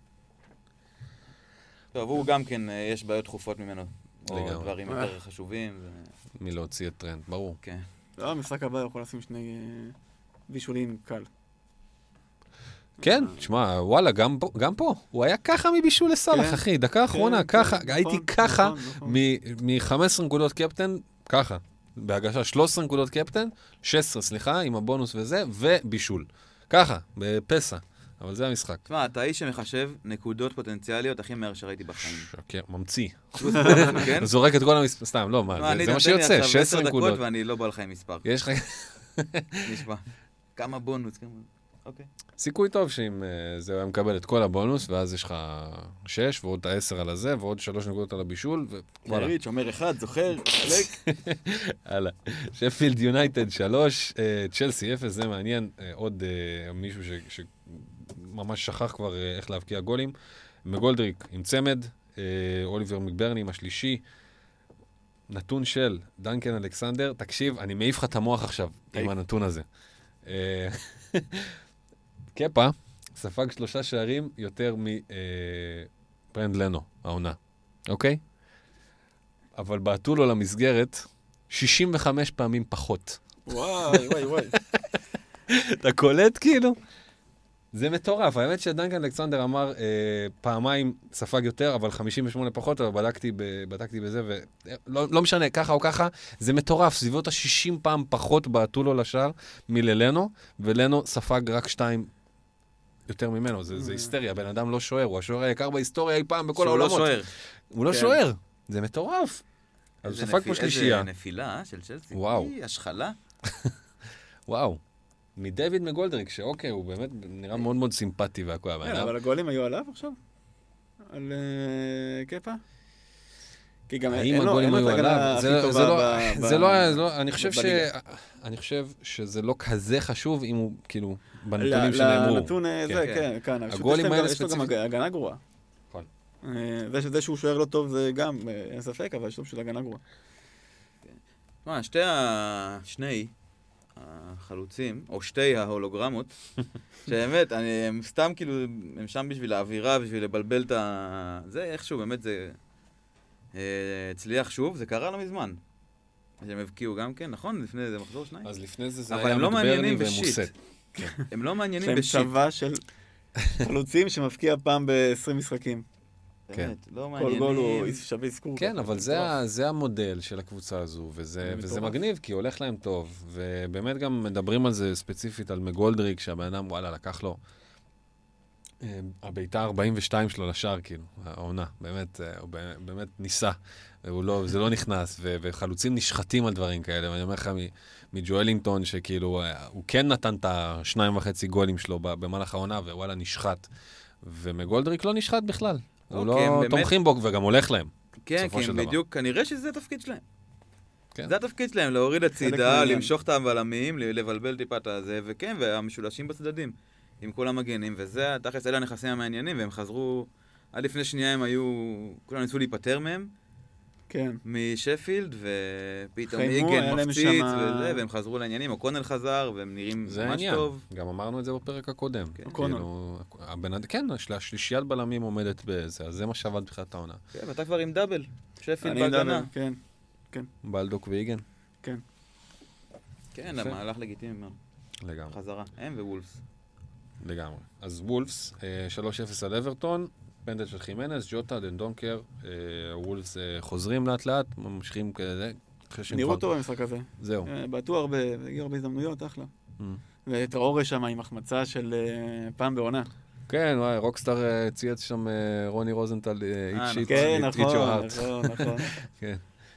טוב, הוא גם כן, יש בעיות דחופות ממנו, או דברים יותר חשובים. מלהוציא את טרנד, ברור. כן. לא, המשחק הבא יכול לשים שני בישולים קל. כן, תשמע, וואלה, גם פה, הוא היה ככה מבישול לסלח, אחי, דקה האחרונה, ככה, הייתי ככה, מ-חמש עשרה נקודות קפטן, ככה, בהגשה שלוש עשרה נקודות קפטן, שש עשרה, סליחה, עם הבונוס וזה, ובישול. ככה, בפסע. אבל זה המשחק. תשמע, אתה איש שמחשב נקודות פוטנציאליות הכי מהר שראיתי בחיים. שקר, ממציא. זורק את כל המספר, סתם, לא, מה, זה מה שיוצא, שש עשרה נקודות. ואני לא בא לך עם מספר. יש לך... נשמע. כמה בונוס, כמה... אוקיי. סיכוי טוב שאם זה היה מקבל את כל הבונוס, ואז יש לך שש, ועוד עשר על הזה, ועוד שלוש נקודות על הבישול, ווואלה. יריד, שומר אחד, זוכר, חלק. הלאה. שפילד יונייטד שלוש, צ'לסי אפס, זה מעניין. עוד מישהו ש... ממש שכח כבר איך להבקיע גולים. מגולדריק עם צמד, אוליבר מקברני עם השלישי, נתון של דנקן אלכסנדר. תקשיב, אני מעיף לך את המוח עכשיו עם הנתון הזה. קפה ספג שלושה שערים יותר מפרנד לנו, העונה. אוקיי? אבל בעטו לו למסגרת שישים וחמש פעמים פחות. וואי, וואי, וואי. אתה קולט כאילו? זה מטורף. האמת שדנקן אלכסנדר אמר אה, פעמיים ספג יותר, אבל חמישים ושמונה פחות, אבל בדקתי, ב, בדקתי בזה, ולא לא משנה, ככה או ככה, זה מטורף. סביבות ה-שישים פעם פחות בעטו לו לשער מללנו, ולנו ספג רק שתיים יותר ממנו. זה, זה היסטריה, בן אדם לא שוער, הוא השוער היקר בהיסטוריה אי פעם בכל העולמות. שהוא לא שוער. הוא לא שוער. זה מטורף. אז הוא ספג פה שלישייה. איזה נפילה של צ'לסי. וואו. השחלה. וואו. מדייוויד מגולדריק, שאוקיי, הוא באמת נראה מאוד מאוד סימפטי והכל. כן, אבל הגולים היו עליו עכשיו? על קפה? כי גם אין לו את הגנה הכי טובה בליגה. אני חושב שזה לא כזה חשוב אם הוא, כאילו, בנתונים שנאמרו. לנתון זה, כן, כן. הגולים האלה ספציפית. יש לו גם הגנה גרועה. נכון. זה שהוא שוער לא טוב זה גם, אין ספק, אבל יש לו פשוט הגנה גרועה. מה, שתי השני... החלוצים, או שתי ההולוגרמות, שבאמת, אני, הם סתם כאילו, הם שם בשביל האווירה, בשביל לבלבל את ה... זה איכשהו, באמת זה אה, הצליח שוב, זה קרה לא מזמן. אז הם הבקיעו גם כן, נכון? לפני זה מחזור שניים. אז לפני זה זה היה מקברני ומוסט. הם לא מעניינים בשיט. שהם צבא של חלוצים שמפקיע פעם ב-עשרים משחקים. כן. לא כל גול הוא שווה אזכור. כן, אבל זה המודל של הקבוצה הזו, וזה מגניב, כי הולך להם טוב, ובאמת גם מדברים על זה ספציפית, על מגולדריק, שהבן אדם, וואלה, לקח לו הביתה ארבעים ושתיים שלו לשער, כאילו, העונה, באמת, הוא באמת ניסה, וזה לא נכנס, וחלוצים נשחטים על דברים כאלה, ואני אומר לך מג'ואלינגטון, שכאילו, הוא כן נתן את השניים וחצי גולים שלו במהלך העונה, ווואלה, נשחט, ומגולדריק לא נשחט בכלל. הוא לא תומכים בו וגם הולך להם. כן, כן, בדיוק, כנראה שזה התפקיד שלהם. זה התפקיד שלהם, להוריד הצידה, למשוך את הבלמים, לבלבל טיפה את הזה, וכן, והמשולשים בצדדים, עם כל המגנים, וזה, תכלס, אלה הנכסים המעניינים, והם חזרו, עד לפני שנייה הם היו, כולם ניסו להיפטר מהם, כן. משפילד, ופתאום איגן מפציץ, וזה, והם חזרו לעניינים, אוקונל חזר, והם נראים ממש טוב. גם אמרנו את זה בפרק הקודם. כן, השלישיית בלמים עומדת בזה, אז זה מה שעבד בתחילת העונה. כן, ואתה כבר עם דאבל, שפילד בהגנה. כן, כן. בלדוק ואיגן. כן. כן, המהלך לגיטימי מאוד. לגמרי. חזרה, הם ווולפס. לגמרי. אז וולפס, שלוש אפס על אברטון, פנדל של חימנס, ג'וטה, דנדונקר, וולפס חוזרים לאט לאט, ממשיכים כזה. נראו טוב במשחק הזה. זהו. בעטו הרבה, הגיעו הרבה הזדמנויות, אחלה. וטראורה שם עם החמצה של פעם בעונה. כן, וואי, רוקסטאר צייץ שם רוני רוזנטל, איט שיט, כן, נכון, נכון, נכון. כן,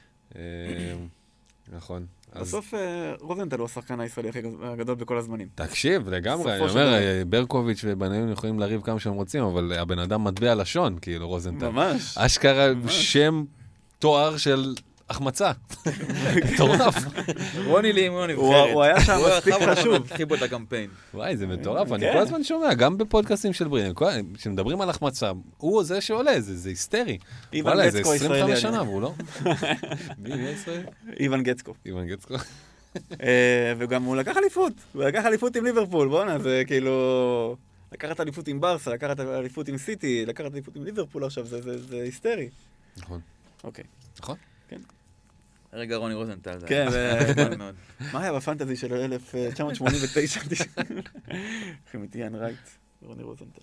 נכון. בסוף רוזנטל הוא השחקן הישראלי הכי הגדול בכל הזמנים. תקשיב, לגמרי, אני אומר, ברקוביץ' ובניון יכולים לריב כמה שהם רוצים, אבל הבן אדם מטבע לשון, כאילו, רוזנטל. ממש. אשכרה שם תואר של החמצה. מטורף. רוני לאימון הנבחרת. הוא היה שם מספיק חשוב. התחיל בו את הקמפיין. וואי, זה מטורף. אני כל הזמן שומע, גם בפודקאסטים של ברינר, כשמדברים על החמצה, הוא זה שעולה, זה היסטרי. וואלה, זה עשרים וחמש שנה, והוא לא? מי הישראלי? איוון גצקו. איוון גצקו. וגם הוא לקח אליפות. הוא לקח אליפות עם ליברפול, בוא'נה, זה כאילו... לקחת אליפות עם ברסה, לקחת אליפות עם סיטי, לקחת אליפות עם ליברפול עכשיו, זה היסטרי. נכון. אוקיי. נכון? כן. רגע, רוני רוזנטל. כן, מה היה בפנטזי של אלף תשע מאות שמונים ותשע? אחים איתי יאן רייט, רוני רוזנטל.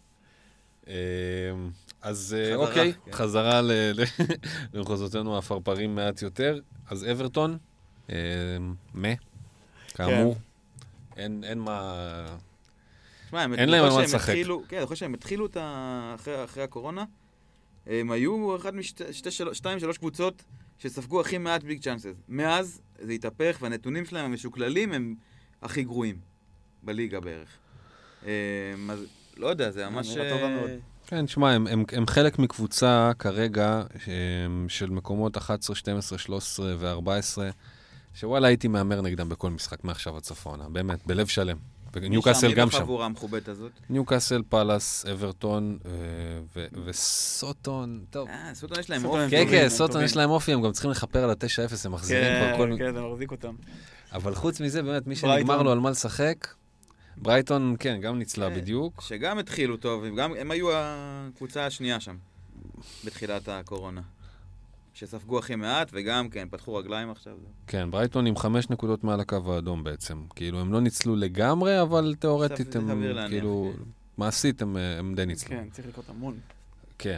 אז אוקיי, חזרה למחוזותינו הפרפרים מעט יותר. אז אברטון, מה? כאמור, אין מה... אין להם על מה לשחק. כן, אני חושב שהם התחילו אחרי הקורונה, הם היו אחד משתיים, שלוש קבוצות שספגו הכי מעט ביג צ'אנסס. מאז זה התהפך, והנתונים שלהם המשוקללים הם הכי גרועים בליגה בערך. אז לא יודע, זה ממש... כן, תשמע, הם חלק מקבוצה כרגע של מקומות אחת עשרה, שתים עשרה, שלוש עשרה ו-ארבע עשרה, שוואלה הייתי מאמר נגדם בכל משחק מעכשיו עד צפונה, באמת, בלב שלם. ניוקאסל גם שם. מי בחבורה המכובדת הזאת? ניוקאסל, פלאס, אברטון וסוטון. טוב. אה, סוטון יש להם אופי. כן, כן, סוטון יש להם אופי, הם גם צריכים לחפר על ה-תשע אפס, הם מחזירים כבר כל... כן, זה מחזיק אותם. אבל חוץ מזה, באמת, מי שנגמר לו על מה לשחק, ברייטון, כן, גם ניצלה בדיוק. שגם התחילו טוב, הם היו הקבוצה השנייה שם, בתחילת הקורונה. שספגו הכי מעט, וגם, כן, פתחו רגליים עכשיו. כן, ברייטון עם חמש נקודות מעל הקו האדום בעצם. כאילו, הם לא ניצלו לגמרי, אבל תיאורטית הם, כאילו, מעשית הם, הם די ניצלו. כן, צריך לקרות המון. כן.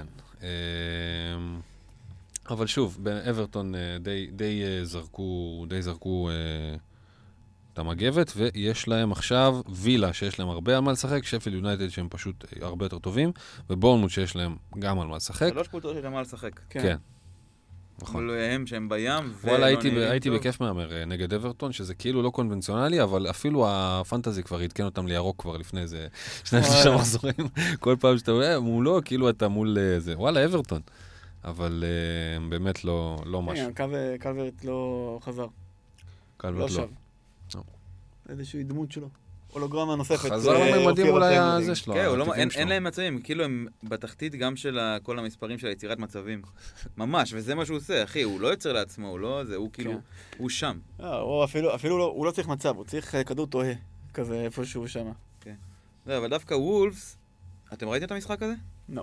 אבל שוב, באברטון די, די זרקו, די זרקו את המגבת, ויש להם עכשיו וילה שיש להם הרבה על מה לשחק, שפילד יונייטד שהם פשוט הרבה יותר טובים, ובורנמוט שיש להם גם על מה לשחק. שלוש קבוצות שיש להם על לשחק. כן. נכון. הם שהם בים, וואלה, הייתי בכיף מאמר נגד אברטון, שזה כאילו לא קונבנציונלי, אבל אפילו הפנטזי כבר התקן אותם לירוק כבר לפני איזה שניים שלושה מחזורים. כל פעם שאתה רואה, מולו, כאילו אתה מול זה. וואלה, אברטון. אבל באמת לא משהו. קלברט לא חזר. קלברט לא. איזושהי דמות שלו. הולוגרמה נוספת. חזר לממדים אולי הזה שלו. אין להם מצבים, כאילו הם בתחתית גם של כל המספרים של היצירת מצבים. ממש, וזה מה שהוא עושה, אחי, הוא לא יוצר לעצמו, הוא לא זה, הוא כאילו, הוא שם. אפילו הוא לא צריך מצב, הוא צריך כדור טועה, כזה איפה שהוא שם. כן. אבל דווקא וולפס, אתם ראיתם את המשחק הזה? לא.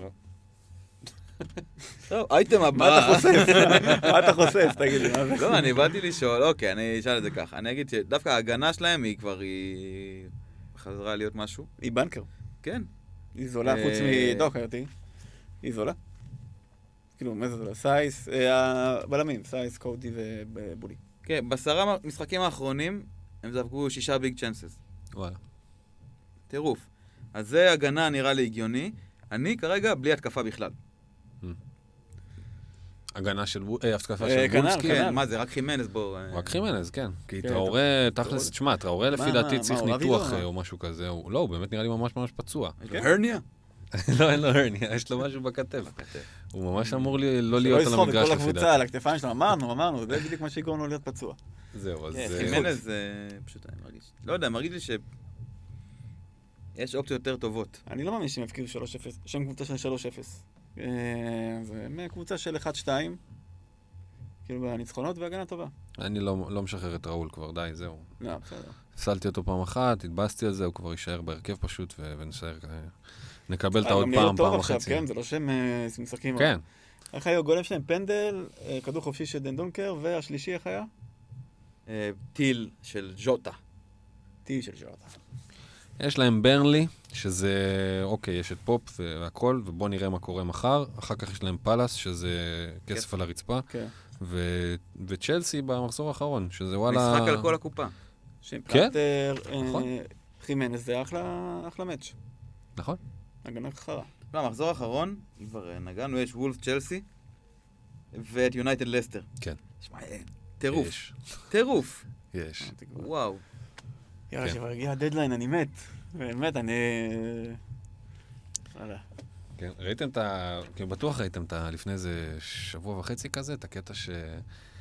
טוב, אייטם הבא. מה אתה חושף? מה אתה חושף? תגיד לי, מה זה? לא, אני באתי לשאול, אוקיי, אני אשאל את זה ככה. אני אגיד שדווקא ההגנה שלהם היא כבר, היא חזרה להיות משהו. היא בנקר. כן. היא זולה חוץ מדוק, הייתי. היא זולה. כאילו, מה זה זולה? סייס, הבלמים, סייס, קודי ובולי. כן, בעשרה משחקים האחרונים הם זבקו שישה ביג צ'אנסס. וואלה. טירוף. אז זה הגנה נראה לי הגיוני. אני כרגע בלי התקפה בכלל. הגנה של התקפה של וולס, כן, מה זה, רק חימנז בו. רק חימנז, כן. כי טראורה, תכלס, תשמע, טראורה לפי דעתי צריך ניתוח או משהו כזה. לא, הוא באמת נראה לי ממש ממש פצוע. הרניה? לא, אין לו הרניה, יש לו משהו בכתב. הוא ממש אמור לא להיות על המגרש לפי דעתי. כל הקבוצה, על הכתפיים שלנו, אמרנו, אמרנו, זה בדיוק מה שיגרום לו להיות פצוע. זהו, אז... חימנז, פשוט אני מרגיש. לא יודע, מרגיש לי ש... יש אופציות יותר טובות. אני לא מאמין שהם יפקיעו שלוש אפס, שהם קבוצה של שלוש אפס. זה קבוצה של אחת שתיים, כאילו בניצחונות והגנה טובה. אני לא משחרר את ראול כבר, די, זהו. לא, בסדר. הפסלתי אותו פעם אחת, התבאסתי על זה, הוא כבר יישאר בהרכב פשוט, ונשאר, נקבל את העוד פעם, פעם וחצי. כן, זה לא שהם משחקים. כן. איך היה גולם שלהם? פנדל, כדור חופשי של דנדונקר, והשלישי איך היה? טיל של ז'וטה. טיל של ז'וטה. יש להם ברנלי, שזה, אוקיי, יש את פופ והכל, ובוא נראה מה קורה מחר. אחר כך יש להם פלאס, שזה כסף על הרצפה. כן. וצ'לסי במחזור האחרון, שזה וואלה... משחק על כל הקופה. כן, נכון. חימנס זה אחלה מאץ'. נכון. הגנה חרה. במחזור האחרון, כבר נגענו, יש וולף צ'לסי, ואת יונייטד לסטר. כן. שמע, טירוף. טירוף. יש. וואו. יאללה, שכבר הגיע הדדליין, אני מת. באמת, אני... וואלה. כן, ראיתם את ה... כן, בטוח ראיתם את ה... לפני איזה שבוע וחצי כזה, את הקטע ש...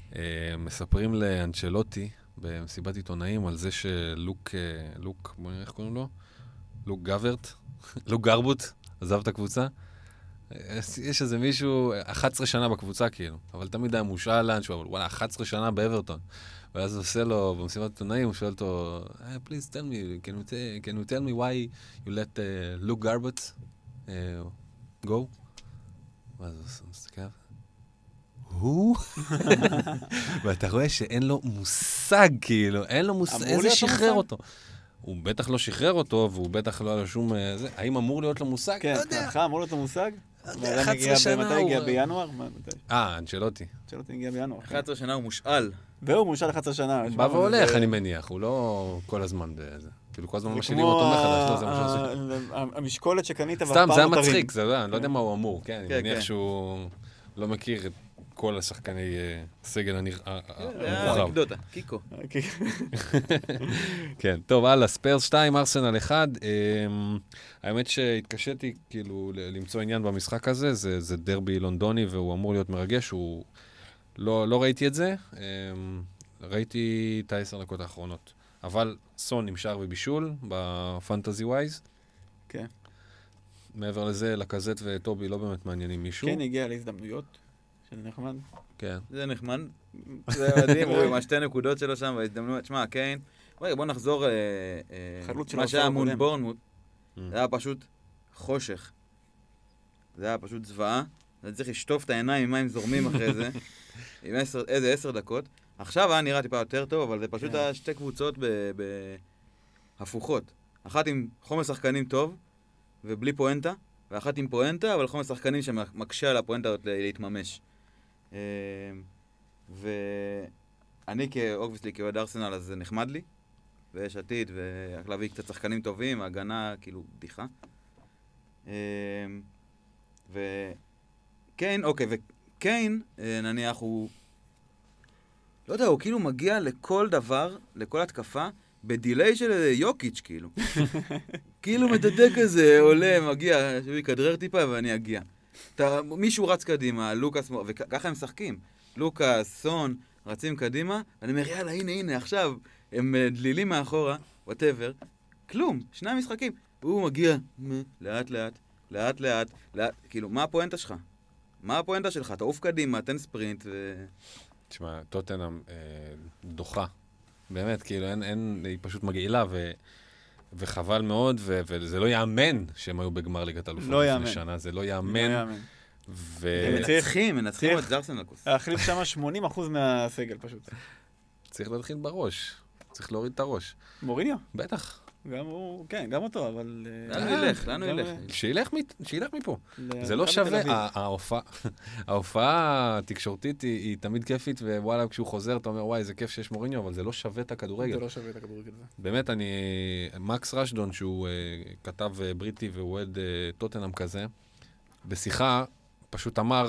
מספרים לאנצ'לוטי במסיבת עיתונאים על זה שלוק, לוק, בוא נראה איך קוראים לו? לוק גוורט, לוק גרבוט, עזב את הקבוצה. יש איזה מישהו, אחת עשרה שנה בקבוצה כאילו, אבל תמיד היה מושאל לאנשהו, אבל וואלה, אחת עשרה שנה באברטון. ואז הוא עושה לו, במסיבת עיתונאים, הוא שואל אותו, hey, please tell me, can you, t- can you tell me why you let uh, Luke Garbutt uh, go? ואז הוא מסתכל, הוא? ואתה רואה שאין לו מושג, כאילו, אין לו מושג, איזה שחרר אותו. הוא בטח לא שחרר אותו, והוא בטח לא היה לו שום... האם אמור להיות לו מושג? כן, לך אמור להיות לו מושג? אחת עשרה שנה הוא... מתי הגיע בינואר? אה, אנצ'לוטי. אנצ'לוטי הגיע בינואר. אחת עשרה שנה הוא מושאל. והוא מושאל אחת עשרה שנה. בא והולך, אני מניח, הוא לא כל הזמן בזה. כאילו כל הזמן משאילים אותו מחדש, לא זה מה שעושה. המשקולת שקנית סתם, זה היה מצחיק, אני לא יודע מה הוא אמור, כן, אני מניח שהוא לא מכיר את כל השחקני סגל המורחב. אנקדוטה, קיקו. כן, טוב, הלאה, ספיירס שתיים, ארסנל אחד. האמת שהתקשיתי כאילו למצוא עניין במשחק הזה, זה דרבי לונדוני והוא אמור להיות מרגש, הוא... לא ראיתי את זה, ראיתי את העשר דקות האחרונות. אבל סון עם שער ובישול בפנטזי ווייז. כן. מעבר לזה, לקזט וטובי לא באמת מעניינים מישהו. כן, הגיע להזדמנויות. של נחמד. כן. זה נחמד. זה מדהים, הוא עם השתי נקודות שלו שם, והזדמנות, שמע, כן. רגע, בוא נחזור, מה שהיה מול בורנמוט, זה היה פשוט חושך. זה היה פשוט זוועה. אני צריך לשטוף את העיניים עם מים זורמים אחרי זה, עם איזה עשר דקות. עכשיו היה נראה טיפה יותר טוב, אבל זה פשוט היה שתי קבוצות בהפוכות. אחת עם חומר שחקנים טוב, ובלי פואנטה, ואחת עם פואנטה, אבל חומר שחקנים שמקשה על הפואנטה להתממש. ואני כאובייסלי כאוהד ארסנל, אז זה נחמד לי, ויש עתיד, ולהביא קצת שחקנים טובים, ההגנה כאילו בדיחה. וקיין, אוקיי, וקיין, נניח הוא, לא יודע, הוא כאילו מגיע לכל דבר, לכל התקפה, בדיליי של יוקיץ' כאילו. כאילו מדדה כזה, עולה, מגיע, שהוא יקדרר טיפה ואני אגיע. אתה, מישהו רץ קדימה, לוקאס, וככה הם משחקים. לוקאס, סון, רצים קדימה, ואני אומר, יאללה, הנה, הנה, עכשיו, הם דלילים מאחורה, whatever, כלום, שני המשחקים. הוא מגיע, לאט לאט, לאט לאט, לאט, כאילו, מה הפואנטה שלך? מה הפואנטה שלך? תעוף קדימה, תן ספרינט ו... תשמע, טוטנהאם אה, דוחה. באמת, כאילו, אין, אין, היא פשוט מגעילה, ו, וחבל מאוד, ו, וזה לא יאמן שהם היו בגמר ליגת אלופות לא לפני שנה, זה לא יאמן. לא יאמן. ו... מנצחים, מנצחים את זרסן לקוס. להחליף שם שמונים אחוז מהסגל פשוט. צריך להתחיל בראש, צריך להוריד את הראש. מוריניו? בטח. גם הוא, כן, גם אותו, אבל... לאן הוא ילך? לאן הוא ילך? שילך מפה. זה לא שווה, ההופעה התקשורתית היא תמיד כיפית, ווואלה, כשהוא חוזר, אתה אומר, וואי, זה כיף שיש מוריניו, אבל זה לא שווה את הכדורגל. זה לא שווה את הכדורגל. באמת, אני... מקס רשדון, שהוא כתב בריטי והוא אוהד טוטנהאם כזה, בשיחה פשוט אמר,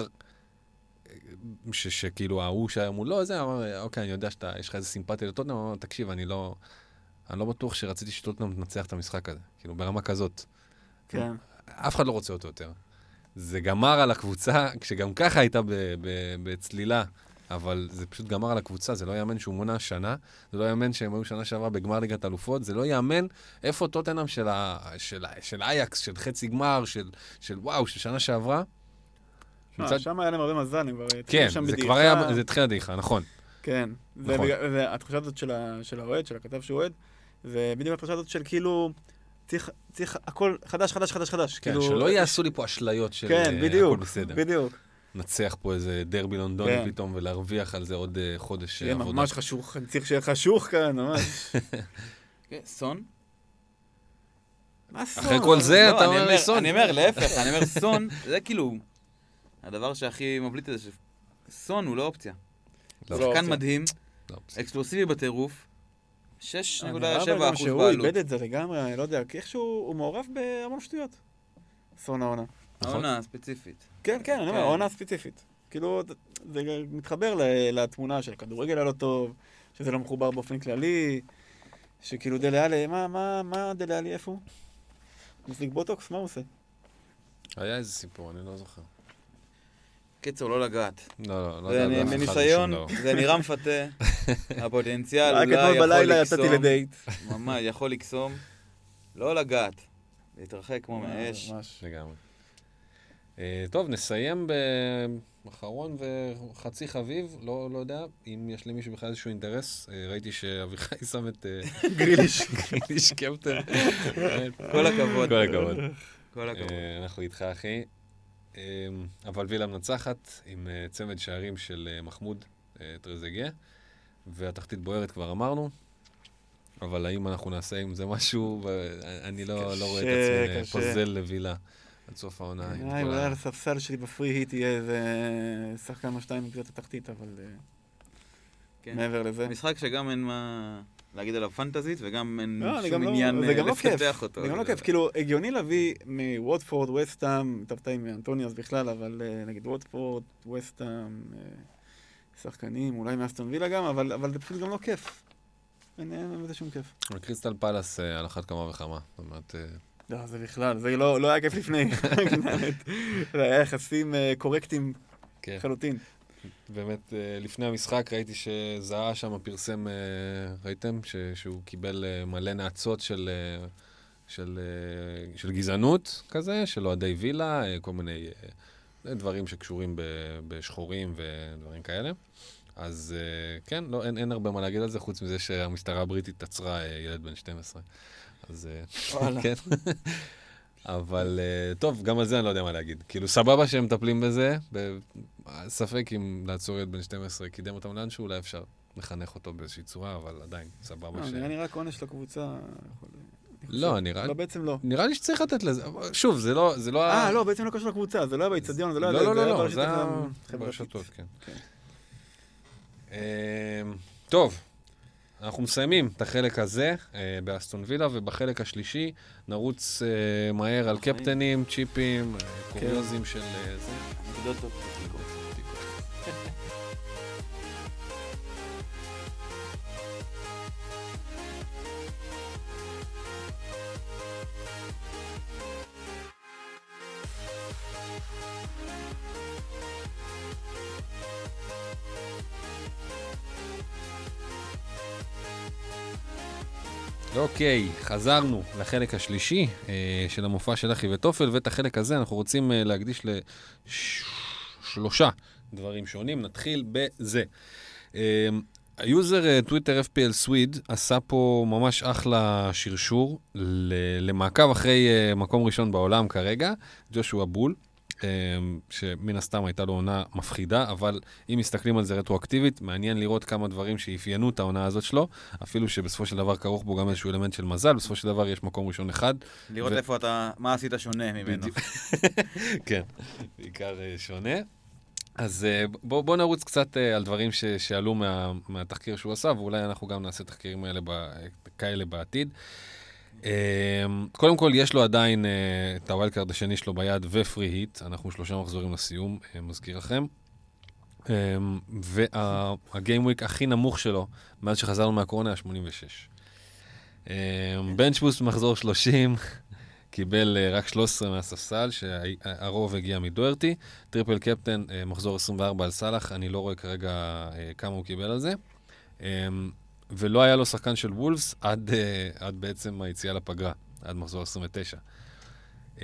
שכאילו, ההוא שהיה מולו, זה אמר, אוקיי, אני יודע שיש לך איזה סימפתיה לטוטנהאם, אמר, תקשיב, אני לא... אני לא בטוח שרציתי שטוטנהאם תנצח את המשחק הזה, כאילו ברמה כזאת. כן. אף אחד לא רוצה אותו יותר. זה גמר על הקבוצה, כשגם ככה הייתה בצלילה, אבל זה פשוט גמר על הקבוצה, זה לא יאמן שהוא מונה שנה, זה לא יאמן שהם היו שנה שעברה בגמר ליגת אלופות, זה לא יאמן איפה טוטנהאם של, של, של אייקס, של חצי גמר, של, של וואו, של שנה שעברה. מצד... שם היה להם הרבה מזל, הם כבר כן, זה כבר היה, זה התחיל הדעיכה, נכון. כן, נכון. והתחושה הזאת של האוהד, של הכתב שהוא אוהד, ובדיוק התחושה הזאת של כאילו, צריך, צריך הכל חדש, חדש, חדש, חדש. כן, כאילו... שלא יעשו לי פה אשליות של כן, בדיוק, הכל בסדר. בדיוק. נצח פה איזה דרבי לונדוני כן. פתאום, ולהרוויח על זה עוד uh, חודש עבודה. יהיה ממש חשוך, אני צריך שיהיה חשוך כאן, ממש. כן, סון? מה סון? אחרי כל זה לא, אתה אומר לי סון. אני אומר, להפך, אני אומר סון, זה כאילו, הדבר שהכי מבליט את זה, שסון הוא לא אופציה. זה שחקן מדהים, אקסקלוסיבי בטירוף, שש נקודה שבע אחוז בעלות. שהוא איבד את זה לגמרי, אני לא יודע, איכשהו הוא מעורב בהמון שטויות. סון העונה. העונה ספציפית. כן, כן, אני אומר, העונה ספציפית. כאילו, זה מתחבר לתמונה של כדורגל הלא טוב, שזה לא מחובר באופן כללי, שכאילו דליאלי, מה, מה, מה דליאלי, איפה הוא? מזליק בוטוקס, מה הוא עושה? היה איזה סיפור, אני לא זוכר. קיצור, לא לגעת. לא, לא, לא יודע, באף אחד מניסיון, בשום דבר. זה נראה מפתה, הפוטנציאל רק אולי יכול אתמול בלילה לקסום. יצאתי לדייט. ממש, יכול לקסום. לא לגעת. להתרחק כמו מאש. ממש. לגמרי. אה, טוב, נסיים באחרון וחצי חביב, לא לא יודע, אם יש למישהו בכלל איזשהו אינטרס. אה, ראיתי שאביחי שם את אה, גריליש. גריליש קפטן. כל הכבוד. כל הכבוד. כל הכבוד. אה, אנחנו איתך, אחי. אה, אבל וילה מנצחת עם אה, צמד שערים של אה, מחמוד אה, טרזגיה, והתחתית בוערת כבר אמרנו. אבל האם אנחנו נעשה עם זה משהו, אני לא לא רואה את עצמי קשה. פוזל לווילה עד סוף העונה. עם אולי כל אולי ה- על הספסל שלי בפרי היט יהיה איזה שחקן או שתיים מפגיעת התחתית, אבל אה, כן. מעבר לזה. משחק שגם אין מה להגיד עליו פנטזית, וגם אין לא, אני שום גם לא- עניין זה גם אה, לא כיף. לפתח אותו. זה גם לא זה- כיף, כאילו, הגיוני להביא מווטפורד, וסטאם, טבתאי מאנטוניוס בכלל, אבל אה, נגיד ווטפורד, וסטאם, אה, שחקנים, אולי מאסטון וילה גם, אבל אבל זה פשוט גם לא כיף. אין אין בזה שום כיף. קריסטל פלאס אה, על אחת כמה וכמה. זאת אומרת, אה, לא, זה בכלל, זה לא לא היה כיף לפני. זה היה יחסים אה, קורקטים כן. לחלוטין. באמת, אה, לפני המשחק ראיתי שזהה שם פרסם, אה, ראיתם? ש- שהוא קיבל אה, מלא נאצות של, אה, של, אה, של גזענות כזה, של אוהדי וילה, אה, כל מיני אה, דברים שקשורים ב- בשחורים ודברים כאלה. אז אה, כן, לא, אין, אין הרבה מה להגיד על זה, חוץ מזה שהמשטרה הבריטית עצרה אה, ילד בן שתים עשרה. אז אה, וואלה. כן. אבל אה, טוב, גם על זה אני לא יודע מה להגיד. כאילו, סבבה שהם מטפלים בזה, ב- ספק אם לעצור ילד בן שתים עשרה קידם אותם לאנשהו, אולי אפשר לחנך אותו באיזושהי צורה, אבל עדיין, סבבה לא, ש... נראה לי רק עונש לקבוצה. יכול- אני חושב. לא, נראה לא, בעצם לא. נראה לי שצריך לתת לזה, אבל שוב, זה לא... זה לא ה- אה, לא, בעצם לא קשור לקבוצה, זה לא היה באיצטדיון, זה לא לא, היה... לא, לא, לא, ברשת זה היה החברתית. ברשתות, כן. כן. אמ, טוב, אנחנו מסיימים את החלק הזה אה, באסטון וילה, ובחלק השלישי נרוץ אה, מהר על קפטנים, צ'יפים, אה, קוריוזים של אה, זה. אנקדוטות. אוקיי, חזרנו לחלק השלישי אה, של המופע של אחי וטופל, ואת החלק הזה אנחנו רוצים אה, להקדיש לשלושה דברים שונים. נתחיל בזה. אה, היוזר טוויטר אף פי אל סוויד עשה פה ממש אחלה שרשור ל- למעקב אחרי אה, מקום ראשון בעולם כרגע, ג'ושוע בול. שמן הסתם הייתה לו עונה מפחידה, אבל אם מסתכלים על זה רטרואקטיבית, מעניין לראות כמה דברים שאפיינו את העונה הזאת שלו, אפילו שבסופו של דבר כרוך בו גם איזשהו אלמנט של מזל, בסופו של דבר יש מקום ראשון אחד. לראות ו- איפה אתה, מה עשית שונה ממנו. בדיוק. כן, בעיקר אה, שונה. אז אה, בוא, בוא נרוץ קצת אה, על דברים ש- שעלו מה, מהתחקיר שהוא עשה, ואולי אנחנו גם נעשה תחקירים האלה ב- כאלה בעתיד. קודם כל, יש לו עדיין את הווילדקארד השני שלו ביד ופרי היט, אנחנו שלושה מחזורים לסיום, מזכיר לכם. והגיימוויק הכי נמוך שלו, מאז שחזרנו מהקורונה, היה שמונים ושש. בנצ'בוסט מחזור שלושים, קיבל רק שלוש עשרה מהספסל, שהרוב הגיע מדוארטי. טריפל קפטן, מחזור עשרים וארבע על סלאח, אני לא רואה כרגע כמה הוא קיבל על זה. ולא היה לו שחקן של וולפס עד, uh, עד בעצם היציאה לפגרה, עד מחזור עשרים ותשע. Um,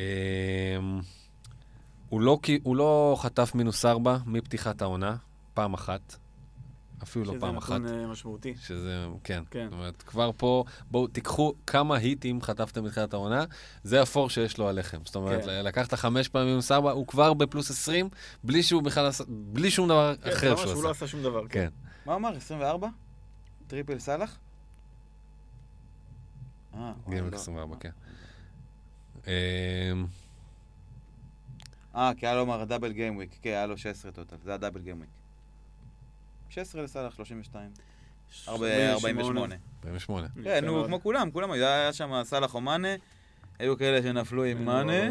הוא, לא, הוא לא חטף מינוס ארבע מפתיחת העונה, פעם אחת, אפילו לא פעם אחת. שזה נתון משמעותי. שזה, כן. כן. זאת אומרת, כבר פה, בואו תיקחו כמה היטים חטפתם בתחילת העונה, זה הפור שיש לו עליכם. זאת אומרת, כן. לקחת חמש פעמים מינוס ארבע, הוא כבר בפלוס עשרים, בלי שהוא בכלל עשה, בלי שום דבר כן, אחר שהוא עשה. כן, שהוא לא עשה שום דבר. כן. כן. מה אמר? עשרים וארבע? טריפל סלאח? אה, גיימוויק עשרים וארבע, כן. אה, כי היה לו אמר דאבל גיימוויק, כן, היה לו שש עשרה טוטל, זה הדאבל גיימוויק. שש עשרה לסלאח, שלושים ושתיים. ארבעים ושמונה. ארבעים ושמונה. כן, נו, כמו כולם, כולם, היה שם סלאח או מאנה, היו כאלה שנפלו עם מאנה.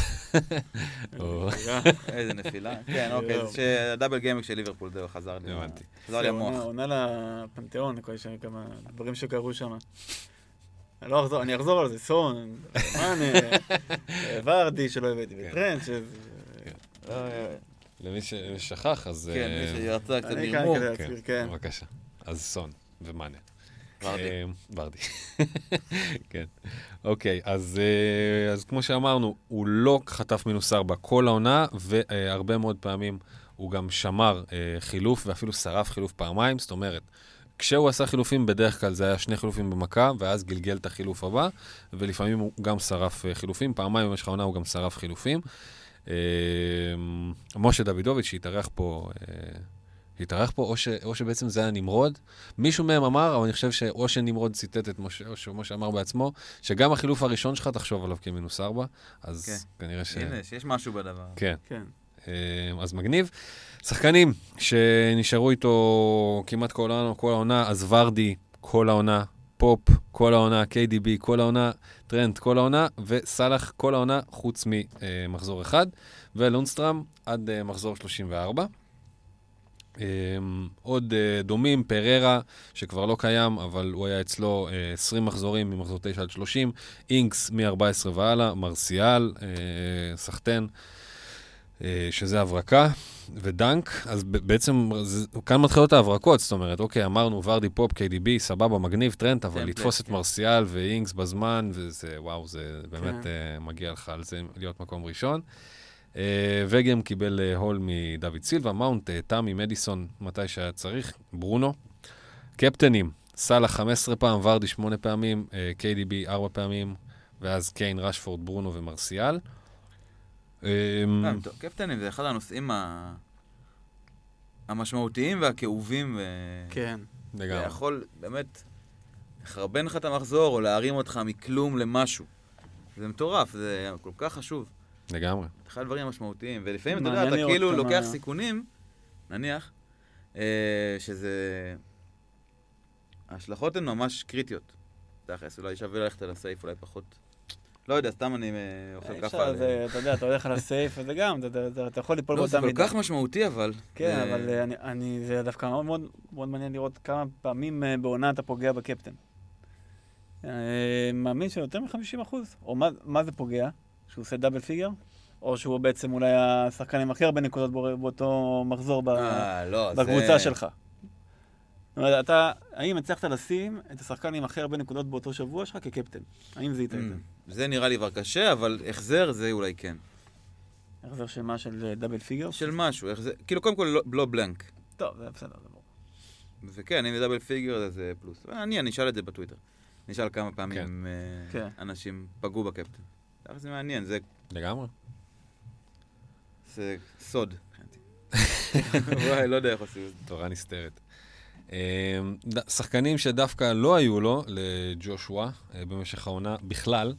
איזה נפילה. כן, אוקיי, זה דאבל גיימוויק של ליברפול, זהו, חזר לי. הבנתי. חזר לי המוח. עונה לפנתיאון, כמה דברים שקרו שם. אני לא אחזור, אני אחזור על זה, סון, מאנה, ורדי שלא הבאתי, וטרנד, ש... למי ששכח, אז... כן, מי שירצה קצת אני כאן נרמור. כדי להסביר, כן. בבקשה. אז סון ומאנה. ורדי. ורדי. כן. אוקיי, אז, אז כמו שאמרנו, הוא לא חטף מינוס ארבע כל העונה, והרבה מאוד פעמים הוא גם שמר חילוף, ואפילו שרף חילוף פעמיים, זאת אומרת, כשהוא עשה חילופים, בדרך כלל זה היה שני חילופים במכה, ואז גלגל את החילוף הבא, ולפעמים הוא גם שרף חילופים, פעמיים במשך העונה הוא גם שרף חילופים. משה דוידוביץ' שהתארח פה... התארח פה, או, ש, או שבעצם זה היה נמרוד. מישהו מהם אמר, אבל אני חושב שאו שנמרוד ציטט את משה, או שמשה אמר בעצמו, שגם החילוף הראשון שלך תחשוב עליו כמינוס ארבע, אז כן. כנראה ש... הנה, שיש משהו בדבר. כן. כן. אז מגניב. שחקנים שנשארו איתו כמעט כל העונה, כל העונה, אז ורדי כל העונה, פופ כל העונה, קיי די בי כל העונה, טרנט כל העונה, וסלח כל העונה חוץ ממחזור אחד, ולונסטרם עד מחזור שלושים וארבע. Um, עוד uh, דומים, פררה, שכבר לא קיים, אבל הוא היה אצלו uh, עשרים מחזורים ממחזור תשע עד שלושים, אינקס מ-ארבע עשרה והלאה, מרסיאל, uh, סחטן, uh, שזה הברקה, ודנק, אז ב- בעצם זה, כאן מתחילות ההברקות, זאת אומרת, אוקיי, אמרנו ורדי פופ, קיי די בי, סבבה, מגניב, טרנט, אבל לתפוס את מרסיאל ואינקס בזמן, וזה, וואו, זה באמת uh, מגיע לך על זה להיות מקום ראשון. Uh, וגם קיבל uh, הול מדוד סילבה, מאונט, uh, תמי, מדיסון, מתי שהיה צריך, ברונו. קפטנים, סלח חמש עשרה פעם, ורדי שמונה פעמים, uh, קיי די בי ארבע פעמים, ואז קיין, רשפורד, ברונו ומרסיאל. Um, טוב, קפטנים זה אחד הנושאים ה... המשמעותיים והכאובים. ו... כן. לגמרי. זה יכול באמת לחרבן לך את המחזור, או להרים אותך מכלום למשהו. זה מטורף, זה כל כך חשוב. לגמרי. אחד הדברים המשמעותיים, ולפעמים אתה יודע, אתה כאילו לוקח סיכונים, נניח, שזה... ההשלכות הן ממש קריטיות. תכף, אולי שווה ללכת על הסייף, אולי פחות. לא יודע, סתם אני אוכל כפה על... אתה יודע, אתה הולך על הסייף, וזה גם, אתה יכול ליפול באותה מידה. לא, זה כל כך משמעותי, אבל... כן, אבל זה דווקא מאוד מעניין לראות כמה פעמים בעונה אתה פוגע בקפטן. מאמין שיותר מ-חמישים אחוז, או מה זה פוגע? שהוא עושה דאבל פיגר? או שהוא בעצם אולי השחקן עם הכי הרבה נקודות באותו מחזור בקבוצה שלך. זאת אומרת, אתה, האם הצלחת לשים את השחקן עם הכי הרבה נקודות באותו שבוע שלך כקפטן? האם זה יתאיתם? זה נראה לי כבר קשה, אבל החזר זה אולי כן. החזר של מה? של דאבל פיגר? של משהו, כאילו קודם כל לא בלנק. טוב, זה בסדר, זה ברור. וכן, אם זה דאבל פיגר זה פלוס. אני, אני אשאל את זה בטוויטר. אני אשאל כמה פעמים אנשים פגעו בקפטן. זה מעניין, זה... לגמרי. זה סוד. וואי, לא יודע איך עושים את זה. תורה נסתרת. שחקנים שדווקא לא היו לו, לג'ושוע, במשך העונה בכלל,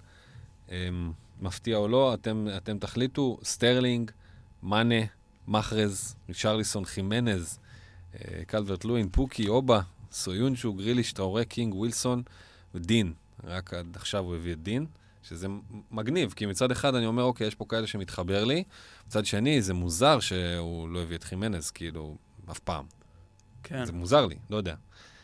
מפתיע או לא, אתם, אתם תחליטו, סטרלינג, מאנה, מחרז, ריצ'רליסון, חימנז, קלברט לואין, פוקי, אובה, סויונצ'ו, גריליש, טאורי, קינג, ווילסון ודין. רק עד עכשיו הוא הביא את דין. שזה מגניב, כי מצד אחד אני אומר, אוקיי, יש פה כאלה שמתחבר לי, מצד שני, זה מוזר שהוא לא הביא את חימנז, כאילו, אף פעם. כן. זה מוזר לי, לא יודע.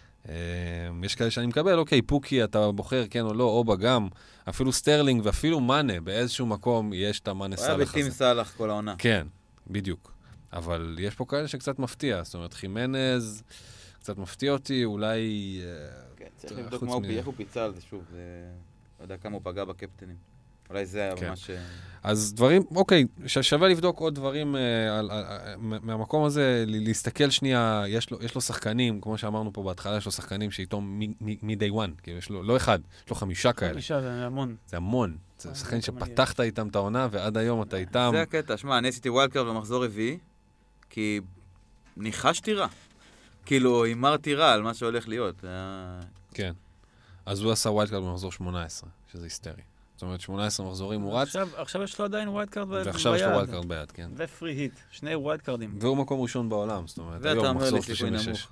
יש כאלה שאני מקבל, אוקיי, פוקי, אתה בוחר, כן או לא, אובה גם, אפילו סטרלינג ואפילו מאנה, באיזשהו מקום יש את המאנה סלח הזה. הוא היה בטים סלח כל העונה. כן, בדיוק. אבל יש פה כאלה שקצת מפתיע, זאת אומרת, חימנז קצת מפתיע אותי, אולי... כן, צריך לבדוק מה הוא פי, איך הוא פיצה על זה שוב, זה... לא יודע כמה הוא פגע בקפטנים. אולי זה היה ממש... אז דברים, אוקיי, שווה לבדוק עוד דברים מהמקום הזה, להסתכל שנייה, יש לו שחקנים, כמו שאמרנו פה בהתחלה, יש לו שחקנים שאיתו מ-day one, כאילו יש לו, לא אחד, יש לו חמישה כאלה. חמישה, זה המון. זה המון. זה שחקנים שפתחת איתם את העונה, ועד היום אתה איתם... זה הקטע, שמע, אני עשיתי ווילדקארד במחזור רביעי, כי ניחשתי רע. כאילו, הימרתי רע על מה שהולך להיות. כן. אז הוא עשה ווילדקארד במחזור שמונה עשרה, שזה היסטרי. זאת אומרת, שמונה עשרה מחזורים הוא רץ. עכשיו יש לו עדיין ווילדקארד ביד. ועכשיו יש לו ווילדקארד ביד, כן. ופרי היט, שני ווילדקארדים. והוא מקום ראשון בעולם, זאת אומרת, היום מחזור שלושים ושש.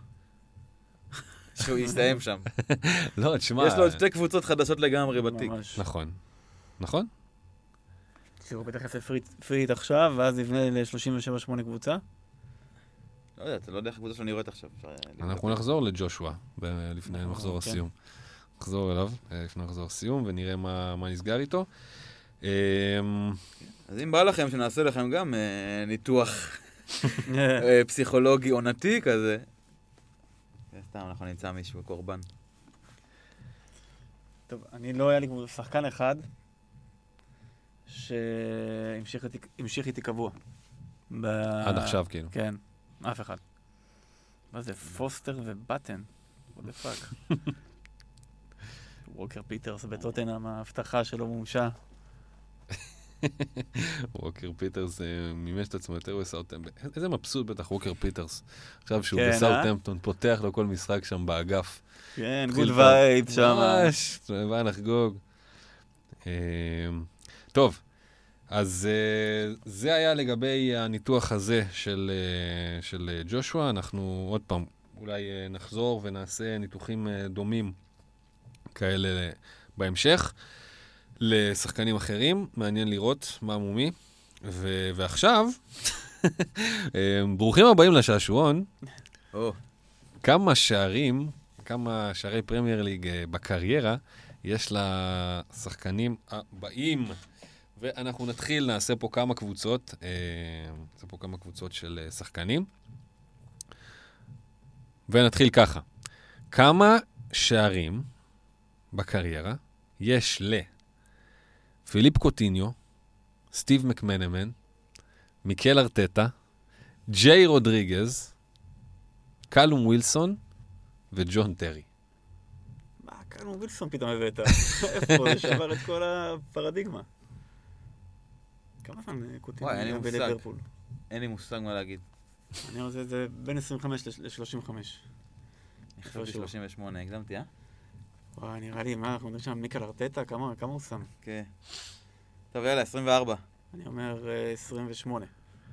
שהוא יסתיים שם. לא, תשמע... יש לו עוד שתי קבוצות חדשות לגמרי בתיק. נכון. נכון? שהוא בטח יעשה פרי היט עכשיו, ואז יבנה ל-שלושים ושבע שמונה קבוצה. לא יודע, אתה לא יודע איך הקבוצה שלו נראית עכשיו. אנחנו נחזור לג'ושוע, לפני מחזור הסיום. נחזור אליו, לפני מחזור הסיום, ונראה מה, מה נסגר איתו. אז אם בא לכם, שנעשה לכם גם ניתוח פסיכולוגי עונתי כזה. סתם, אנחנו נמצא מישהו קורבן. טוב, אני לא היה לי כמו שחקן אחד שהמשיך איתי קבוע. עד עכשיו, כאילו. כן, אף אחד. מה זה, פוסטר ובטן? what the fuck. ווקר פיטרס בטוטנהאם, ההבטחה שלו מומשה. ווקר פיטרס מימש את עצמו יותר בסאוטהמפטון. איזה מבסוט בטח ווקר פיטרס. עכשיו שהוא בסאוטהמפטון, פותח לו כל משחק שם באגף. כן, גוד וייב שם. ממש, בא לחגוג. טוב, אז זה היה לגבי הניתוח הזה של ג'ושוע. אנחנו עוד פעם אולי נחזור ונעשה ניתוחים דומים כאלה בהמשך. לשחקנים אחרים, מעניין לראות מה מומי. ו- ועכשיו, ברוכים הבאים לשעשועון. Oh. כמה שערים, כמה שערי פרמייר ליג בקריירה, יש לשחקנים הבאים. ואנחנו נתחיל, נעשה פה כמה קבוצות, נעשה פה כמה קבוצות של שחקנים. ונתחיל ככה. כמה שערים בקריירה יש ל... פיליפ קוטיניו, סטיב מקמנמן, מיקל ארטטה, ג'יי רודריגז, קלום ווילסון וג'ון טרי. מה, קלום ווילסון פתאום הבאת? איפה? זה שבר את כל הפרדיגמה. כמה זמן קוטיניו היה בליברפול? אין לי מושג מה להגיד. אני רוצה, זה בין עשרים וחמש ל-שלושים וחמש. אני חושב ב-שלושים ושמונה, הקדמתי, אה? וואי, נראה לי, מה, אנחנו מדברים שם מיקל ארטטה? כמה הוא שם? כן. טוב, יאללה, עשרים וארבע. אני אומר עשרים ושמונה.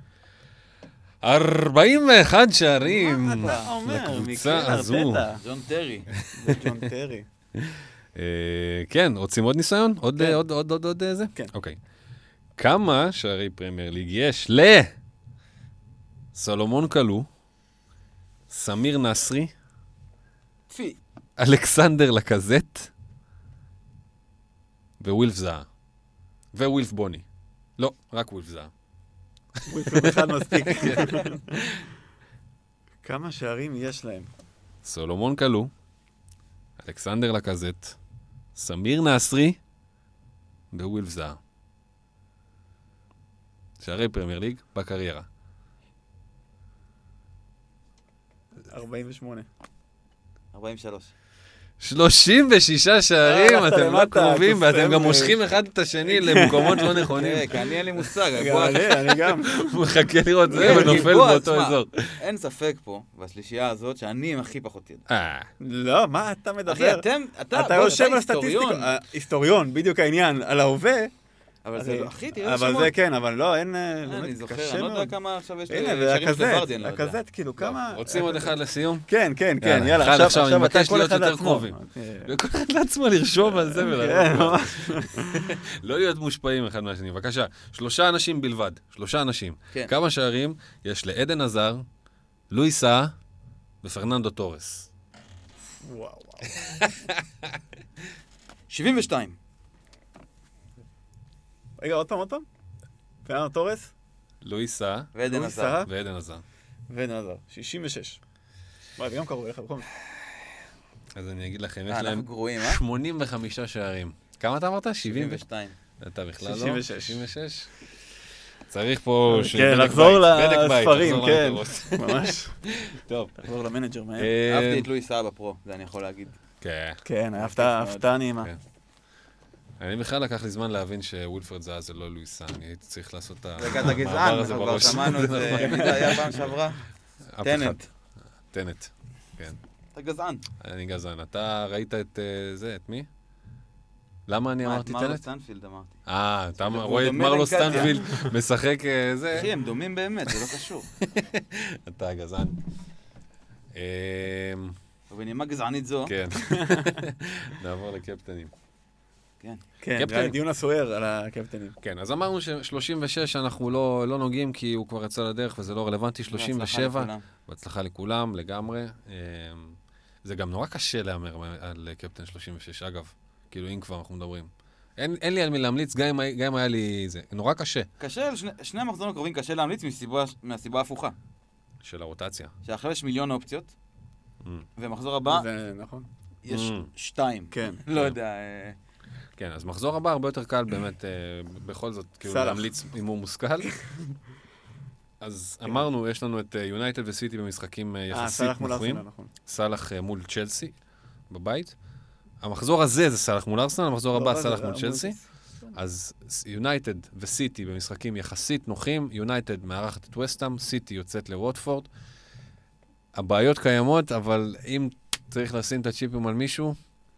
ארבעים ואחד שערים. מה אתה אומר? לקבוצה הזו. ג'ון טרי. זה ג'ון טרי. כן, רוצים עוד ניסיון? עוד עוד עוד עוד עוד זה? כן. אוקיי. כמה שערי פרמייר ליג יש ל... סולומון קלו, סמיר נסרי, פי. אלכסנדר לקזט, ווילף זהה. ווילף בוני. לא, רק ווילף זהה. ווילף בכלל מספיק. כמה שערים יש להם? סולומון קלו, אלכסנדר לקזט, סמיר נסרי, ווילף זהה. שערי פרמייר ליג בקריירה. ארבעים ושמונה. ארבעים ושלוש. שלושים ושישה שערים, אתם לא קרובים, ואתם גם מושכים אחד את השני למקומות לא נכונים. כן, כי אני אין לי מושג. אני גם. מחכה לראות זה ונופל באותו אזור. אין ספק פה, בשלישייה הזאת, שאני עם הכי פחות ידע. לא, מה אתה מדבר? אחי, אתם, אתה, אתה יושב על הסטטיסטיקה. היסטוריון, בדיוק העניין, על ההווה. אבל זה, אחי, תראה שמות. אבל זה כן, אבל לא, אין... אני זוכר, אני לא יודע כמה עכשיו יש שערים של ורדיאן, הכזט, כאילו, כמה... רוצים עוד אחד לסיום? כן, כן, כן, יאללה, עכשיו אתה כל אחד לעצמו. וכל אחד לעצמו לרשום על זה ולעצמו. לא להיות מושפעים אחד מהשני. בבקשה, שלושה אנשים בלבד, שלושה אנשים. כמה שערים יש לעדן עזר, לואי סאה ופרננדו טורס? וואו, וואו. שבעים ושתיים. רגע, עוד פעם, עוד פעם? פרננדו טורס? לואי סאה. ועדן עזר. ועדן עזר. ועדן עזר. שישים ושש. וואי, זה גם קרוב אליך בכל זאת. אז אני אגיד לכם, יש להם שמונים וחמישה שערים. כמה אתה אמרת? שבעים ושתיים. אתה בכלל לא? שישים ושש. שישים ושש. צריך פה... כן, לחזור לספרים, כן. ממש. טוב. לחזור למנג'ר מהם. אהבתי את לואי סאה בפרו, זה אני יכול להגיד. כן. כן, הפתעה נעימה. אני בכלל לקח לי זמן להבין שווילפרד זהה זה לא לואי סאה, אני הייתי צריך לעשות את המעבר הזה בראש. כבר שמענו את זה, מי זה היה פעם שעברה? טנט. טנט, כן. אתה גזען. אני גזען. אתה ראית את זה, את מי? למה אני אמרתי טנט? מרלו סטנפילד אמרתי. אה, אתה רואה את מרלו סטנפילד משחק זה? אחי, הם דומים באמת, זה לא קשור. אתה גזען. ובנימה גזענית זו. כן. נעבור לקפטנים. כן, כן, זה דיון הסוער על הקפטנים. כן, אז אמרנו ש-שלושים ושש אנחנו לא, לא נוגעים כי הוא כבר יצא לדרך וזה לא רלוונטי, שלושים ושבע, בהצלחה לכולם, לגמרי. זה גם נורא קשה להאמר על קפטן שלושים ושש, אגב, כאילו אם כבר אנחנו מדברים. אין, אין לי על מי להמליץ, גם אם, גם אם היה לי זה. נורא קשה. קשה, שני, שני המחזורים הקרובים קשה להמליץ מסיבה, מהסיבה ההפוכה. של הרוטציה. שעכשיו יש מיליון אופציות, Mm. ומחזור הבא זה נכון. יש Mm. שתיים. כן. לא יודע. אה, כן, אז מחזור הבא הרבה יותר קל באמת, אה, בכל זאת, כאילו סלח. להמליץ אם הוא מושכל. אז אמרנו, יש לנו את יונייטד וסיטי במשחקים אה, אה, יחסית סלח מול נוחים. ארסנל, נכון. סלח אה, מול צ'לסי בבית. המחזור הזה זה סלח מול ארסנל, המחזור הבא לא, סלח זה- מול זה- צ'לסי. אז יונייטד וסיטי במשחקים יחסית נוחים, יונייטד מארחת את וסטהאם, סיטי יוצאת לווטפורד. הבעיות קיימות, אבל אם צריך לשים את הצ'יפים על מישהו,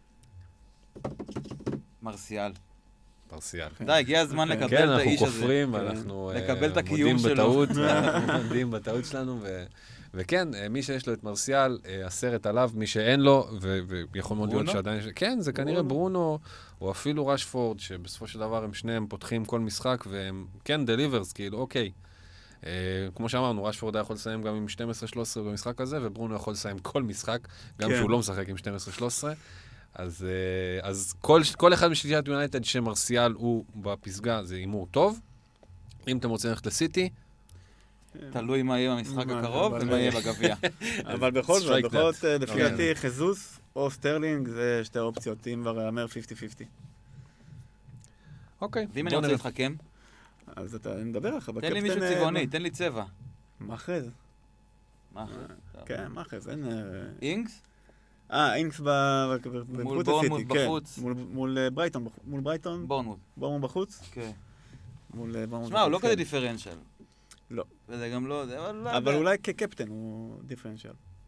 מרסיאל. פרסיאל. די, הגיע הזמן כן, לקבל כן, את אנחנו האיש הזה. כופרים, כן. אנחנו אה, לקבל את הקיום מודים שלו. בטעות, אנחנו מודים בטעות שלנו, ו- וכן, אה, מי שיש לו את מרסיאל, אה, הסרט עליו, מי שאין לו, ו- ויכול מאוד להיות ברונו? שעדיין... יש- כן, זה כנראה ברונו. ברונו, או אפילו רשפורד, שבסופו של דבר הם שניהם פותחים כל משחק, והם כן דליברס, כאילו, אוקיי. אה, כמו שאמרנו, רשפורד היה יכול לסיים גם עם שתים עשרה שלוש עשרה במשחק הזה, וברונו יכול לסיים כל משחק, גם כן. שהוא לא משחק עם שתים עשרה שלוש עשרה. אז, אה, אז כל, כל אחד משלישיית יונייטד שמרסיאל הוא בפסגה, זה הימור טוב. אם אתם רוצים ללכת לסיטי, תלוי מה יהיה במשחק מה, הקרוב אבל- ומה יהיה בגביע. אבל בכל זאת, Strike בכל that. זאת, אה, לפי כן. דעתי, חזוס או סטרלינג זה שתי אופציות, אם כבר יאמר חמישים חמישים. אוקיי. ואם אני בוא רוצה נראה. להתחכם, אז אתה נדבר לך, תן לי מישהו אה, צבעוני, תן לי צבע. מאחז. מה? כן, מאחז, אין... אה, אינגס? אה, אינקס ב- מול בקבוצה בורנמוט סיטי, כן. בחוץ. מול- מול אה, ברייטון, בח- מול ברייטון, בורנמוט. בורנמוט בחוץ? כן. מול אה, בורנמוט שמע, הוא לא בחוץ, כזה כן. דיפרנציאל. לא. וזה גם לא... זה- אבל לא אבל יודע. אולי כקפטן הוא דיפרנציאל.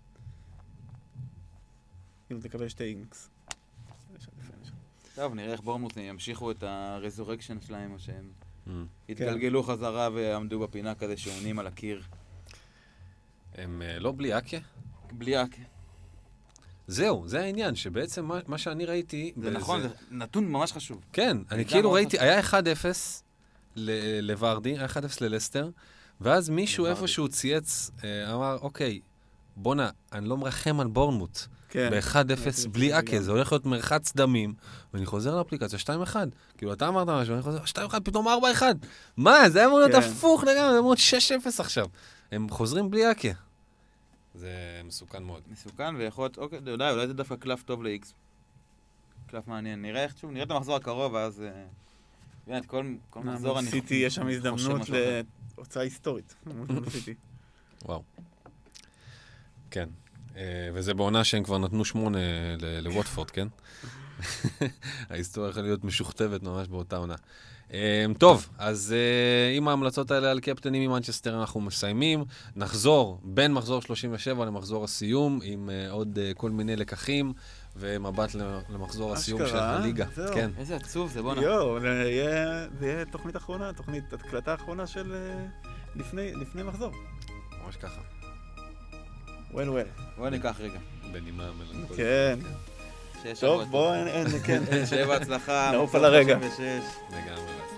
אם תקבל שתי אינקס. יש דיפרנציאל. טוב, נראה איך בורנמוט ימשיכו את הרזורקשן שלהם, או שהם Mm. יתגלגלו חזרה ועמדו בפינה כזה שעונים על הקיר. הם אה, לא בלי אקיה? בלי אק. זהו, זה העניין, שבעצם מה, מה שאני ראיתי... זה נכון, זה נתון ממש חשוב. כן, אני זה כאילו מאוד ראיתי, חשוב. היה אחד אפס ל- לוורדי, היה אחד אפס ללסטר, ואז מישהו לוורדי. איפשהו צייץ, אה, אמר, אוקיי, בואנה, אני לא מרחם על בורנמוט. כן. ב-אחד אפס ראיתי בלי את זה אקה, גם. זה הולך להיות מרחץ דמים, ואני חוזר לאפליקציה שתיים אחד. כאילו, אתה אמרת משהו, אני חוזר, שתיים אחד, פתאום ארבע אחד. מה, זה היה אמור להיות כן. הפוך לגמרי, זה אמור להיות שש אפס עכשיו. הם חוזרים בלי אקה. זה מסוכן מאוד. מסוכן ויכול להיות, אוקיי, אתה יודע, אולי זה דווקא קלף טוב ל-X. קלף מעניין. נראה איך שוב, נראה את המחזור הקרוב, ואז... אה, באמת, כל כל מחזור אני... סיטי יש שם חושב הזדמנות משהו אחר. להוצאה היסטורית. מול סיטי. וואו. כן. אה, וזה בעונה שהם כבר נתנו שמונה ל- לווטפורד, כן? ההיסטוריה יכולה להיות משוכתבת ממש באותה עונה. אה, טוב, אז אה, עם ההמלצות האלה על קפטנים ממנצ'סטר אנחנו מסיימים. נחזור בין מחזור שלושים ושבע למחזור הסיום, עם אה, עוד אה, כל מיני לקחים, ומבט למחזור הסיום של אשכרה, הליגה. זהו. כן. איזה עצוב זה, בוא'נה. יואו, זה יהיה- זה יהיה תוכנית אחרונה, תוכנית הקלטה אחרונה של אה, לפני לפני מחזור. ממש ככה. וול וול. בואו ניקח רגע. בנימה מלנכולית. כן. שיש טוב, שבוע בואו, אין, אין, כן. שיהיה בהצלחה. נעוף מחזור על הרגע. שלושים ושש. לגמרי.